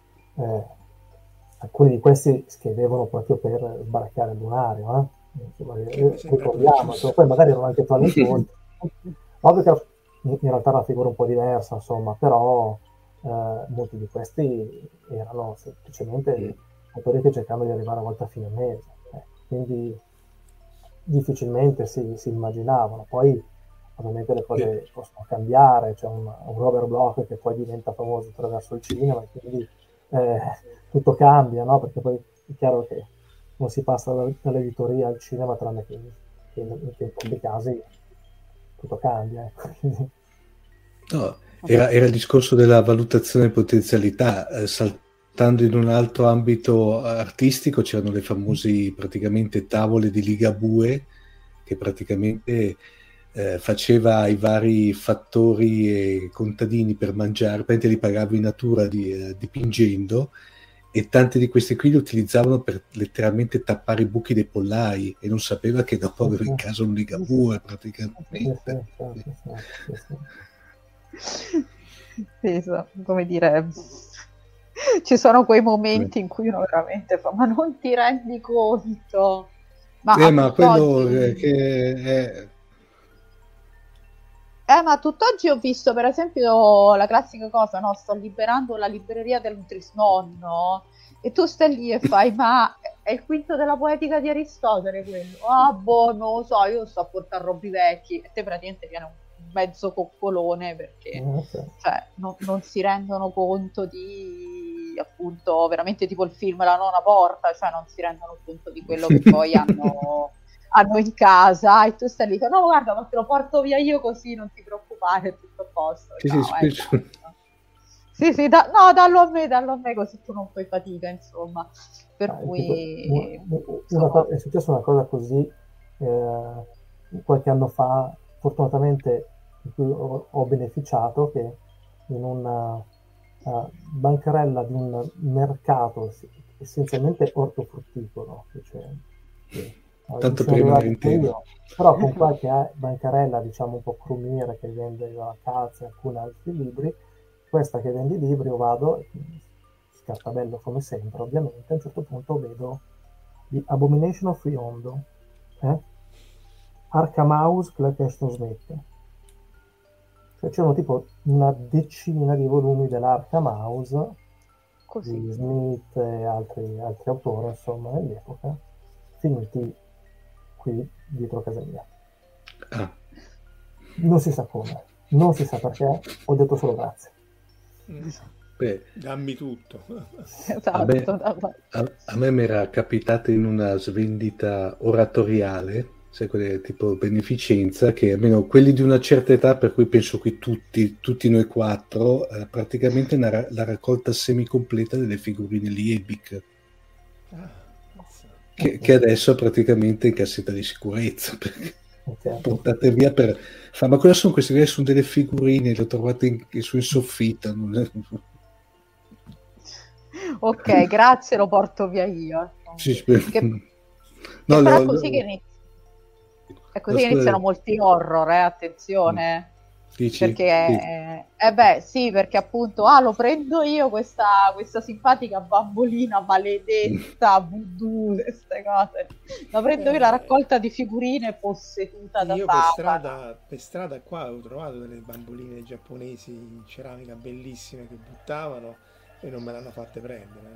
alcuni di questi scrivevano proprio per sbaraccare il lunario, insomma, ricordiamo, poi magari erano anche talentuosi. Lovecraft in realtà era una figura un po' diversa, insomma, però molti di questi erano semplicemente autori che cercavano di arrivare a volta a fine mese, quindi difficilmente si immaginavano. Poi ovviamente le cose possono cambiare, c'è un Robert Bloch che poi diventa famoso attraverso il cinema e quindi tutto cambia, no? Perché poi è chiaro che non si passa dall'editoria al cinema, tranne che in pochi casi tutto cambia. No, era il discorso della valutazione di potenzialità. Saltando in un altro ambito artistico, c'erano le famosi praticamente tavole di Ligabue che praticamente faceva i vari fattori e contadini per mangiare, praticamente li pagava in natura dipingendo, e tanti di questi qui li utilizzavano per letteralmente tappare i buchi dei pollai e non sapeva che dopo aveva in casa un Ligabue praticamente. Sì, come dire, ci sono quei momenti in cui uno veramente fa, ma non ti rendi conto? Ma quello che è... ma tutt'oggi ho visto, per esempio, la classica cosa, no? Sto liberando la libreria del nutrisnonno e tu stai lì e fai, ma è il quinto della poetica di Aristotele quello? Ah, boh, non lo so, io sto a portare robi vecchi e te praticamente viene un mezzo coccolone perché cioè, non si rendono conto di, appunto, veramente tipo il film La nona porta, cioè non si rendono conto di quello che poi hanno in casa e tu stai lì, no guarda, ma te lo porto via io così, non ti preoccupare, è tutto a posto. Sì, dallo a me così tu non fai fatica, insomma. Per cui è successa una cosa così qualche anno fa, fortunatamente, di cui ho beneficiato, che in una bancarella di un mercato essenzialmente ortofrutticolo, tanto per rimanere in tema, però con qualche bancarella diciamo un po' crumiera che vende la calza e alcuni altri libri, questa che vende i libri, io vado, scartabello come sempre ovviamente, a un certo punto vedo The Abomination of Riondo, Arkham House, Clark Ashton Smith, cioè c'erano tipo una decina di volumi dell'Arkham House di Smith e altri autori, insomma, nell'epoca, finiti qui dietro casa mia. Non si sa come, non si sa perché, ho detto solo grazie. Dammi tutto. A me mi era capitato in una svendita oratoriale, sai, quelle tipo beneficenza, che almeno quelli di una certa età, per cui penso che tutti noi quattro, praticamente la raccolta semicompleta delle figurine Liebig, che adesso è praticamente in cassetta di sicurezza, perché portate via per fare, ma cosa sono queste? Sono delle figurine, le ho trovate su in soffitta. Ok, grazie, lo porto via io. No, è così che iniziano molti horror, attenzione. Perché perché appunto lo prendo io questa simpatica bambolina maledetta voodoo, queste cose, la prendo io, la raccolta di figurine posseduta da per strada qua ho trovato delle bamboline giapponesi in ceramica bellissime che buttavano e non me l'hanno fatte prendere,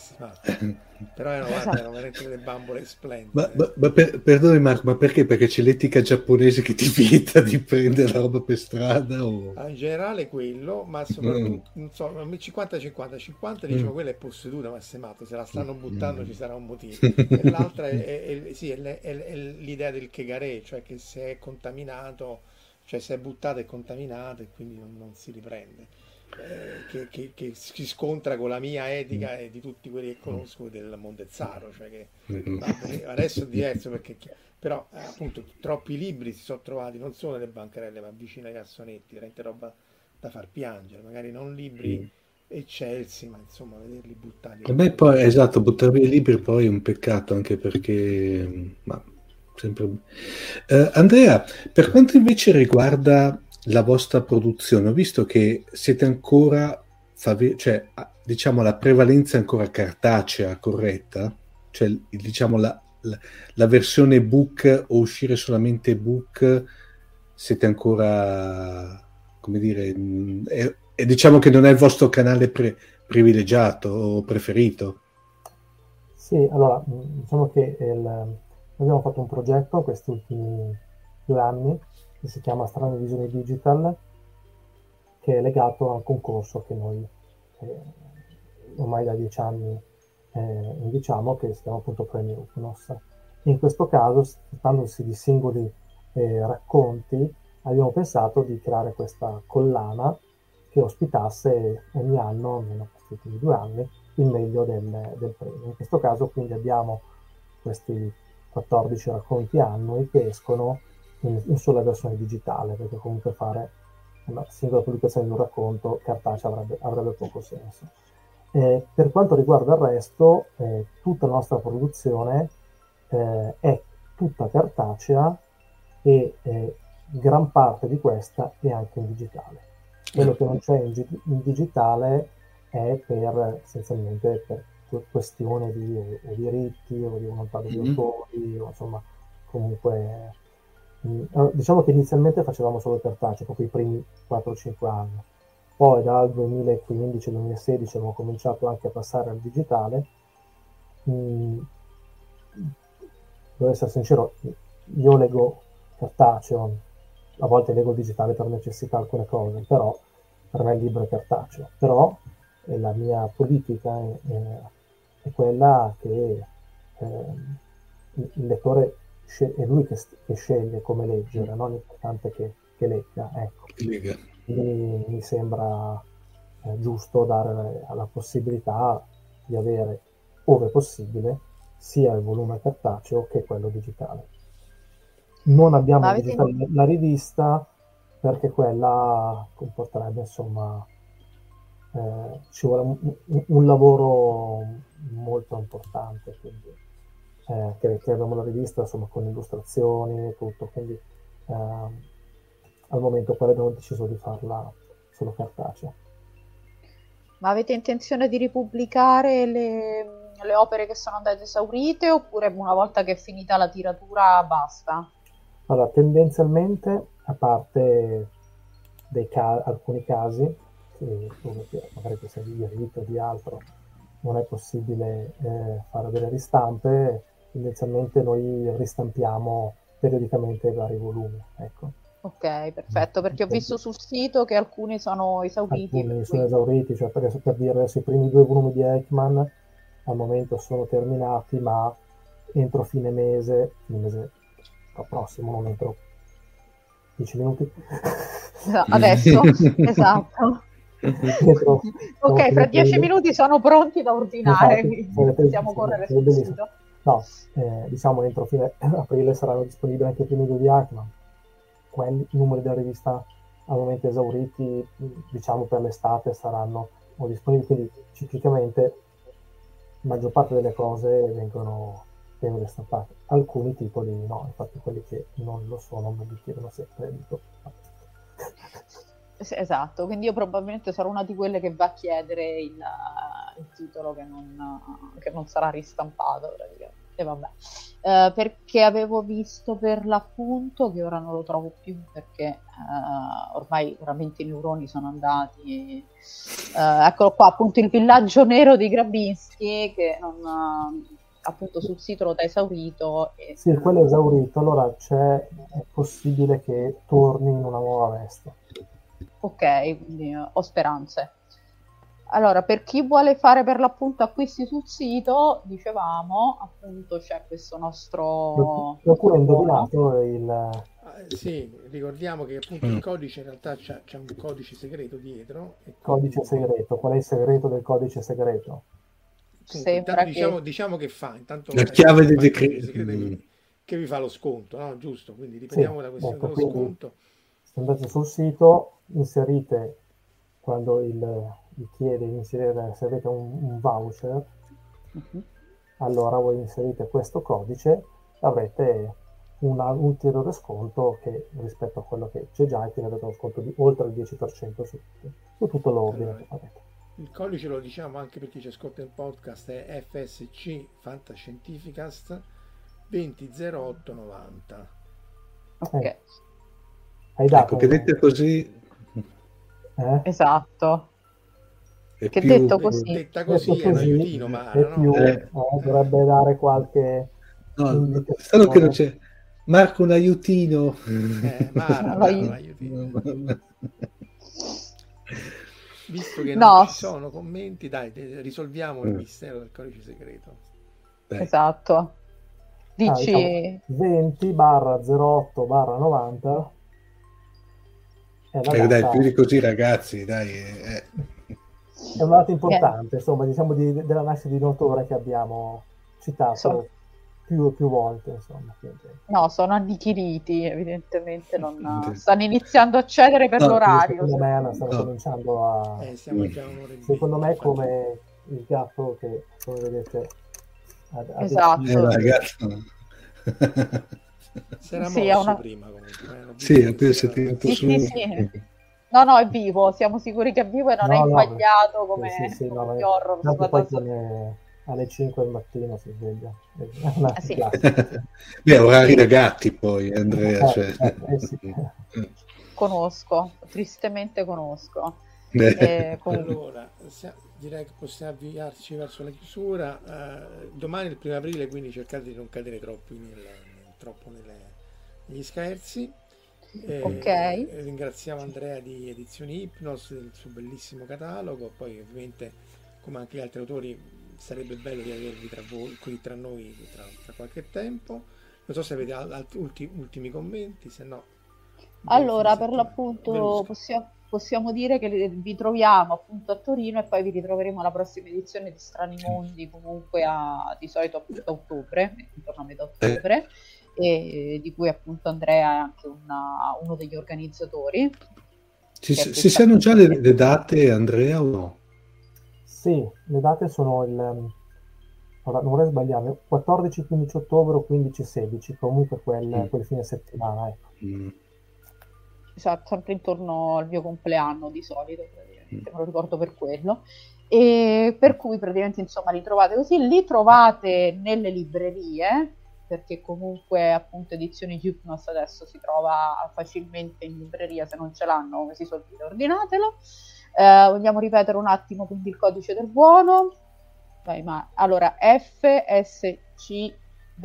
però erano veramente delle bambole splendide. Ma perdone Marco, ma perché? Perché c'è l'etica giapponese che ti vieta di prendere la roba per strada? O... in generale quello, ma soprattutto non so, 50-50 diciamo quella è posseduta, ma semato, se la stanno buttando ci sarà un motivo. E l'altra è l'idea del kegare, cioè che se è contaminato, cioè se è buttato è contaminato e quindi non si riprende. Che si scontra con la mia etica e di tutti quelli che conosco del Mondezzaro, cioè che adesso è diverso perché però appunto troppi libri si sono trovati non solo nelle bancarelle ma vicino ai cassonetti, veramente roba da far piangere, magari non libri eccelsi, ma insomma vederli buttati. A me poi esatto, buttare via i libri poi è un peccato, anche perché sempre... Andrea, per quanto invece riguarda la vostra produzione, ho visto che siete ancora, cioè diciamo la prevalenza è ancora cartacea, corretta? Cioè diciamo la versione book o uscire solamente book, siete ancora, come dire, e diciamo che non è il vostro canale privilegiato o preferito? Sì, allora diciamo che abbiamo fatto un progetto questi ultimi 2 anni che si chiama Strane Visioni Digital, che è legato a un concorso che noi ormai da 10 anni diciamo, che si chiama appunto Premio Ucnos. In questo caso, trattandosi di singoli racconti, abbiamo pensato di creare questa collana che ospitasse ogni anno, almeno questi ultimi 2 anni, il meglio del premio. In questo caso quindi abbiamo questi 14 racconti annui che escono in sola versione digitale, perché comunque fare una singola pubblicazione di un racconto cartaceo avrebbe poco senso. Per quanto riguarda il resto, tutta la nostra produzione è tutta cartacea e gran parte di questa è anche in digitale. Quello che non c'è in digitale è essenzialmente per questione di o diritti o di un paio di autori, o insomma, comunque diciamo che inizialmente facevamo solo cartaceo, proprio i primi 4-5 anni. Poi dal 2015-2016 abbiamo cominciato anche a passare al digitale. Devo essere sincero, io leggo cartaceo, a volte leggo il digitale per necessità alcune cose, però per me il libro è cartaceo. Però la mia politica è quella che il lettore è lui che sceglie come leggere, non è importante che legga, ecco. Quindi mi sembra giusto dare la possibilità di avere, ove possibile, sia il volume cartaceo che quello digitale. Non abbiamo digitale la rivista perché quella comporterebbe, insomma, ci vuole un lavoro molto importante, quindi che abbiamo la rivista, insomma, con illustrazioni e tutto, quindi al momento poi abbiamo deciso di farla solo cartacea. Ma avete intenzione di ripubblicare le opere che sono andate esaurite, oppure una volta che è finita la tiratura basta? Allora, tendenzialmente, a parte alcuni casi, che magari che sia di diritto o di altro, non è possibile fare delle ristampe, tendenzialmente noi ristampiamo periodicamente i vari volumi, ecco. Ok, perfetto, perché ho visto sul sito che alcuni sono esauriti. Alcuni sono esauriti, cioè per dire adesso i primi 2 volumi di Ekman al momento sono terminati, ma entro fine mese prossimo, non entro 10 minuti. Adesso, esatto. Ok, fra 10 minuti sono pronti da ordinare, quindi possiamo correre sul sito. No, diciamo entro fine aprile saranno disponibili anche i primi 2 di Ekman. I numeri della rivista al momento esauriti, diciamo per l'estate, saranno disponibili, quindi ciclicamente la maggior parte delle cose vengono ristampate. Alcuni titoli no, infatti quelli che non lo sono me li chiedono sempre. Esatto, quindi io probabilmente sarò una di quelle che va a chiedere il titolo che non sarà ristampato praticamente. E vabbè, perché avevo visto per l'appunto, che ora non lo trovo più perché ormai veramente i neuroni sono andati, eccolo qua, appunto il villaggio nero di Grabinski, che appunto sul sito lo dà esaurito. Sì, quello è esaurito, allora è possibile che torni in una nuova veste. Ok, quindi ho speranze. Allora, per chi vuole fare per l'appunto acquisti sul sito, dicevamo, appunto c'è questo nostro... Qualcuno ha indovinato il... Sì, ricordiamo che appunto il codice in realtà c'è un codice segreto dietro. Codice segreto, qual è il segreto del codice segreto? Intanto diciamo che fa, intanto la chiave del decreto che vi fa lo sconto, no? Giusto? Quindi ripetiamo la questione dello sconto. Se andate sul sito, inserite, quando vi chiede di inserire, se avete un voucher, allora voi inserite questo codice, avrete un ulteriore sconto che rispetto a quello che c'è già, e quindi avete uno sconto di oltre il 10% su tutto l'ordine che farete. Il codice lo diciamo anche per chi ci ascolta in podcast, è FSC Fantascientificast 200890. Ok. Hai dato ecco, che detto così esatto, è che più, detto così detta così è un aiutino, ma dovrebbe dare qualche solo che non c'è Marco un aiutino, Mara, un aiutino. Visto che non ci sono commenti, dai, risolviamo il mistero del codice segreto. Dai. Esatto, dici 20/08/90. Dai, più di così, ragazzi, dai. È una data importante, insomma, diciamo della nascita di un autore che abbiamo citato più volte, insomma. No, sono annichiliti, evidentemente non stanno iniziando a cedere per l'orario. Secondo me stanno cominciando a... Siamo già un'ora e secondo me come il gatto che, come vedete, ha Esatto. Ragazzo. Si era Sì, mosso è una- prima comunque. L'ho Sì, visto è che per si era- sentire Sì. No, è vivo, siamo sicuri che è vivo e non è No, no, impagnato come sì, no, come ma gli horror tanto sulla poi tazza. alle 5 del mattino si sveglia. È una Sì. classica. Beh, orari da gatti poi, Andrea. Cioè. Sì. Conosco, tristemente conosco. Comunque, Allora, direi che possiamo avviarci verso la chiusura. Domani è il 1 aprile, quindi cercate di non cadere troppo negli scherzi. ok. Ringraziamo Andrea di Edizioni Hypnos del suo bellissimo catalogo. Poi, ovviamente, come anche gli altri autori, sarebbe bello riavervi qui tra noi tra qualche tempo. Non so se avete ultimi commenti, se no. Allora, per l'appunto possiamo dire che vi troviamo appunto a Torino e poi vi ritroveremo alla prossima edizione di Strani Mondi, comunque di solito appunto a ottobre, intorno a metà ottobre, e di cui appunto Andrea è anche uno degli organizzatori. Si sanno già le date, Andrea, o no? Sì, le date sono ora non vorrei sbagliarmi, 14-15 ottobre o 15-16, comunque quel fine settimana, ecco. Esatto, sempre intorno al mio compleanno di solito, praticamente, me lo ricordo per quello. E per cui praticamente insomma li trovate così, li trovate nelle librerie, perché comunque appunto Edizioni Hypnos adesso si trova facilmente in libreria, se non ce l'hanno, come si suol dire, ordinatelo. Vogliamo ripetere un attimo quindi il codice del buono? Allora FSC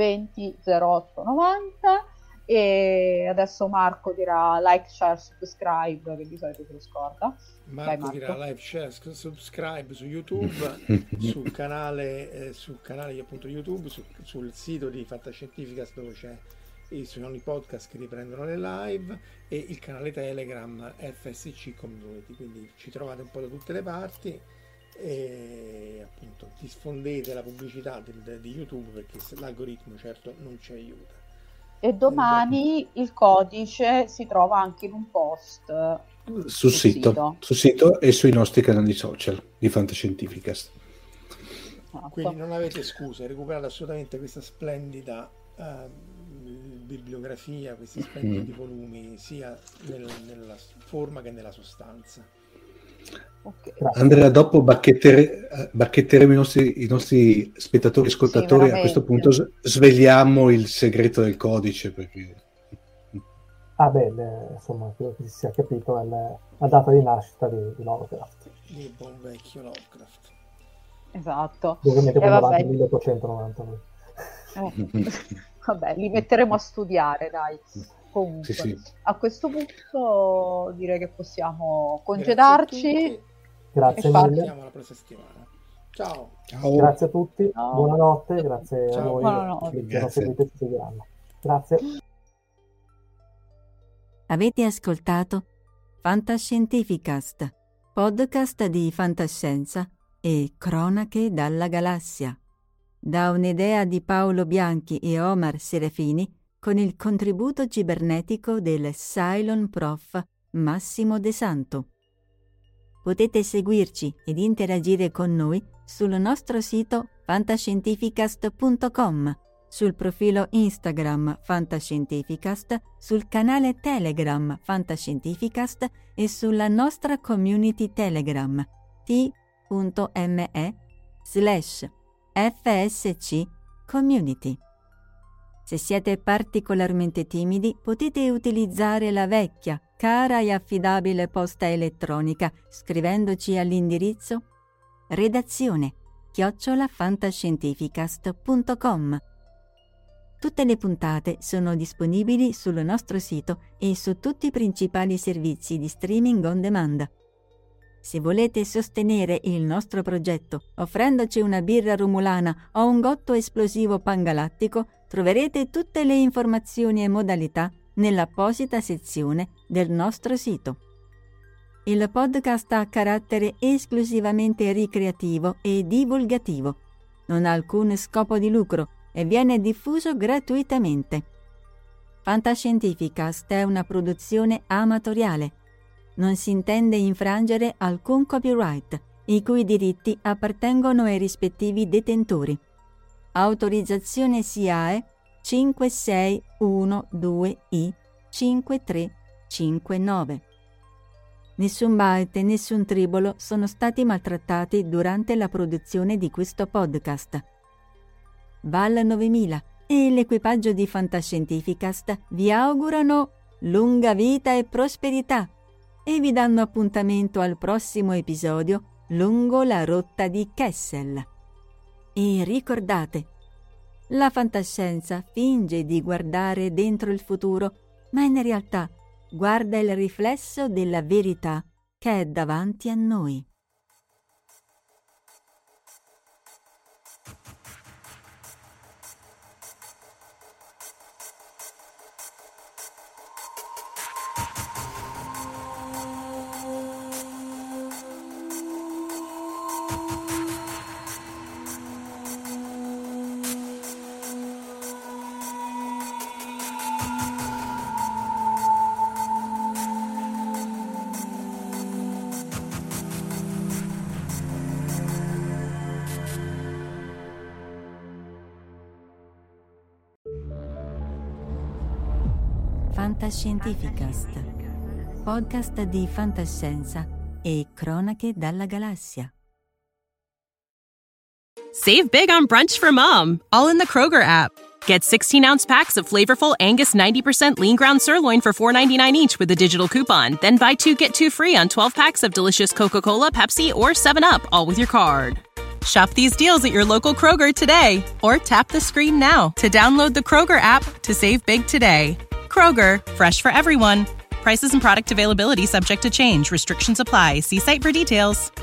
200890. E adesso Marco dirà like, share, subscribe, che di solito se lo scorda. Marco dirà like, share, subscribe su YouTube, sul canale appunto YouTube, sul sito di Fantascientificast dove ci sono i podcast che riprendono le live, e il canale Telegram FSC Community, quindi ci trovate un po' da tutte le parti e appunto diffondete la pubblicità di YouTube, perché l'algoritmo certo non ci aiuta. E domani il codice si trova anche in un post sul sito e sui nostri canali social di Fantascientificast. Esatto. Quindi non avete scuse, recuperate assolutamente questa splendida bibliografia, questi splendidi volumi, sia nella forma che nella sostanza. Okay. Andrea, dopo bacchetteremo i nostri spettatori e ascoltatori. Sì, a questo punto svegliamo il segreto del codice, perché insomma, quello che si sia capito è la data di nascita di Lovecraft, di buon vecchio Lovecraft. Esatto. Ovviamente quando va nel 1890 vabbè, li metteremo a studiare, dai. Comunque, sì. A questo punto direi che possiamo congedarci. Grazie mille. Ci vediamo la prossima settimana. Ciao. Grazie a tutti. Ciao. Buonanotte. Grazie Ciao. a voi. Buonanotte. Che non seguite ci seguiranno. Grazie. Avete ascoltato Fantascientificast, podcast di fantascienza e cronache dalla galassia, da un'idea di Paolo Bianchi e Omar Serafini, con il contributo cibernetico del Cylon Prof Massimo De Santo. Potete seguirci ed interagire con noi sul nostro sito fantascientificast.com, sul profilo Instagram Fantascientificast, sul canale Telegram Fantascientificast e sulla nostra community Telegram t.me/FSC Community. Se siete particolarmente timidi, potete utilizzare la vecchia, cara e affidabile posta elettronica scrivendoci all'indirizzo redazione@fantascientificast.com. Tutte le puntate sono disponibili sul nostro sito e su tutti i principali servizi di streaming on demand. Se volete sostenere il nostro progetto offrendoci una birra rumulana o un gotto esplosivo pangalattico, troverete tutte le informazioni e modalità nell'apposita sezione del nostro sito. Il podcast ha carattere esclusivamente ricreativo e divulgativo. Non ha alcun scopo di lucro e viene diffuso gratuitamente. Fantascientificast è una produzione amatoriale. Non si intende infrangere alcun copyright i cui diritti appartengono ai rispettivi detentori. Autorizzazione SIAE 5612I 5359. Nessun byte e nessun tribolo sono stati maltrattati durante la produzione di questo podcast. Val 9000 e l'equipaggio di Fantascientificast vi augurano lunga vita e prosperità e vi danno appuntamento al prossimo episodio lungo la rotta di Kessel. E ricordate, la fantascienza finge di guardare dentro il futuro, ma in realtà guarda il riflesso della verità che è davanti a noi. Fantascientificast, podcast di fantascienza e cronache dalla galassia. Save big on brunch for mom, all in the Kroger app. Get 16-ounce packs of flavorful Angus 90% lean ground sirloin for $4.99 each with a digital coupon. Then buy 2, get 2 free on 12 packs of delicious Coca-Cola, Pepsi, or 7-Up, all with your card. Shop these deals at your local Kroger today, or tap the screen now to download the Kroger app to save big today. Kroger, fresh for everyone. Prices and product availability subject to change. Restrictions apply. See site for details.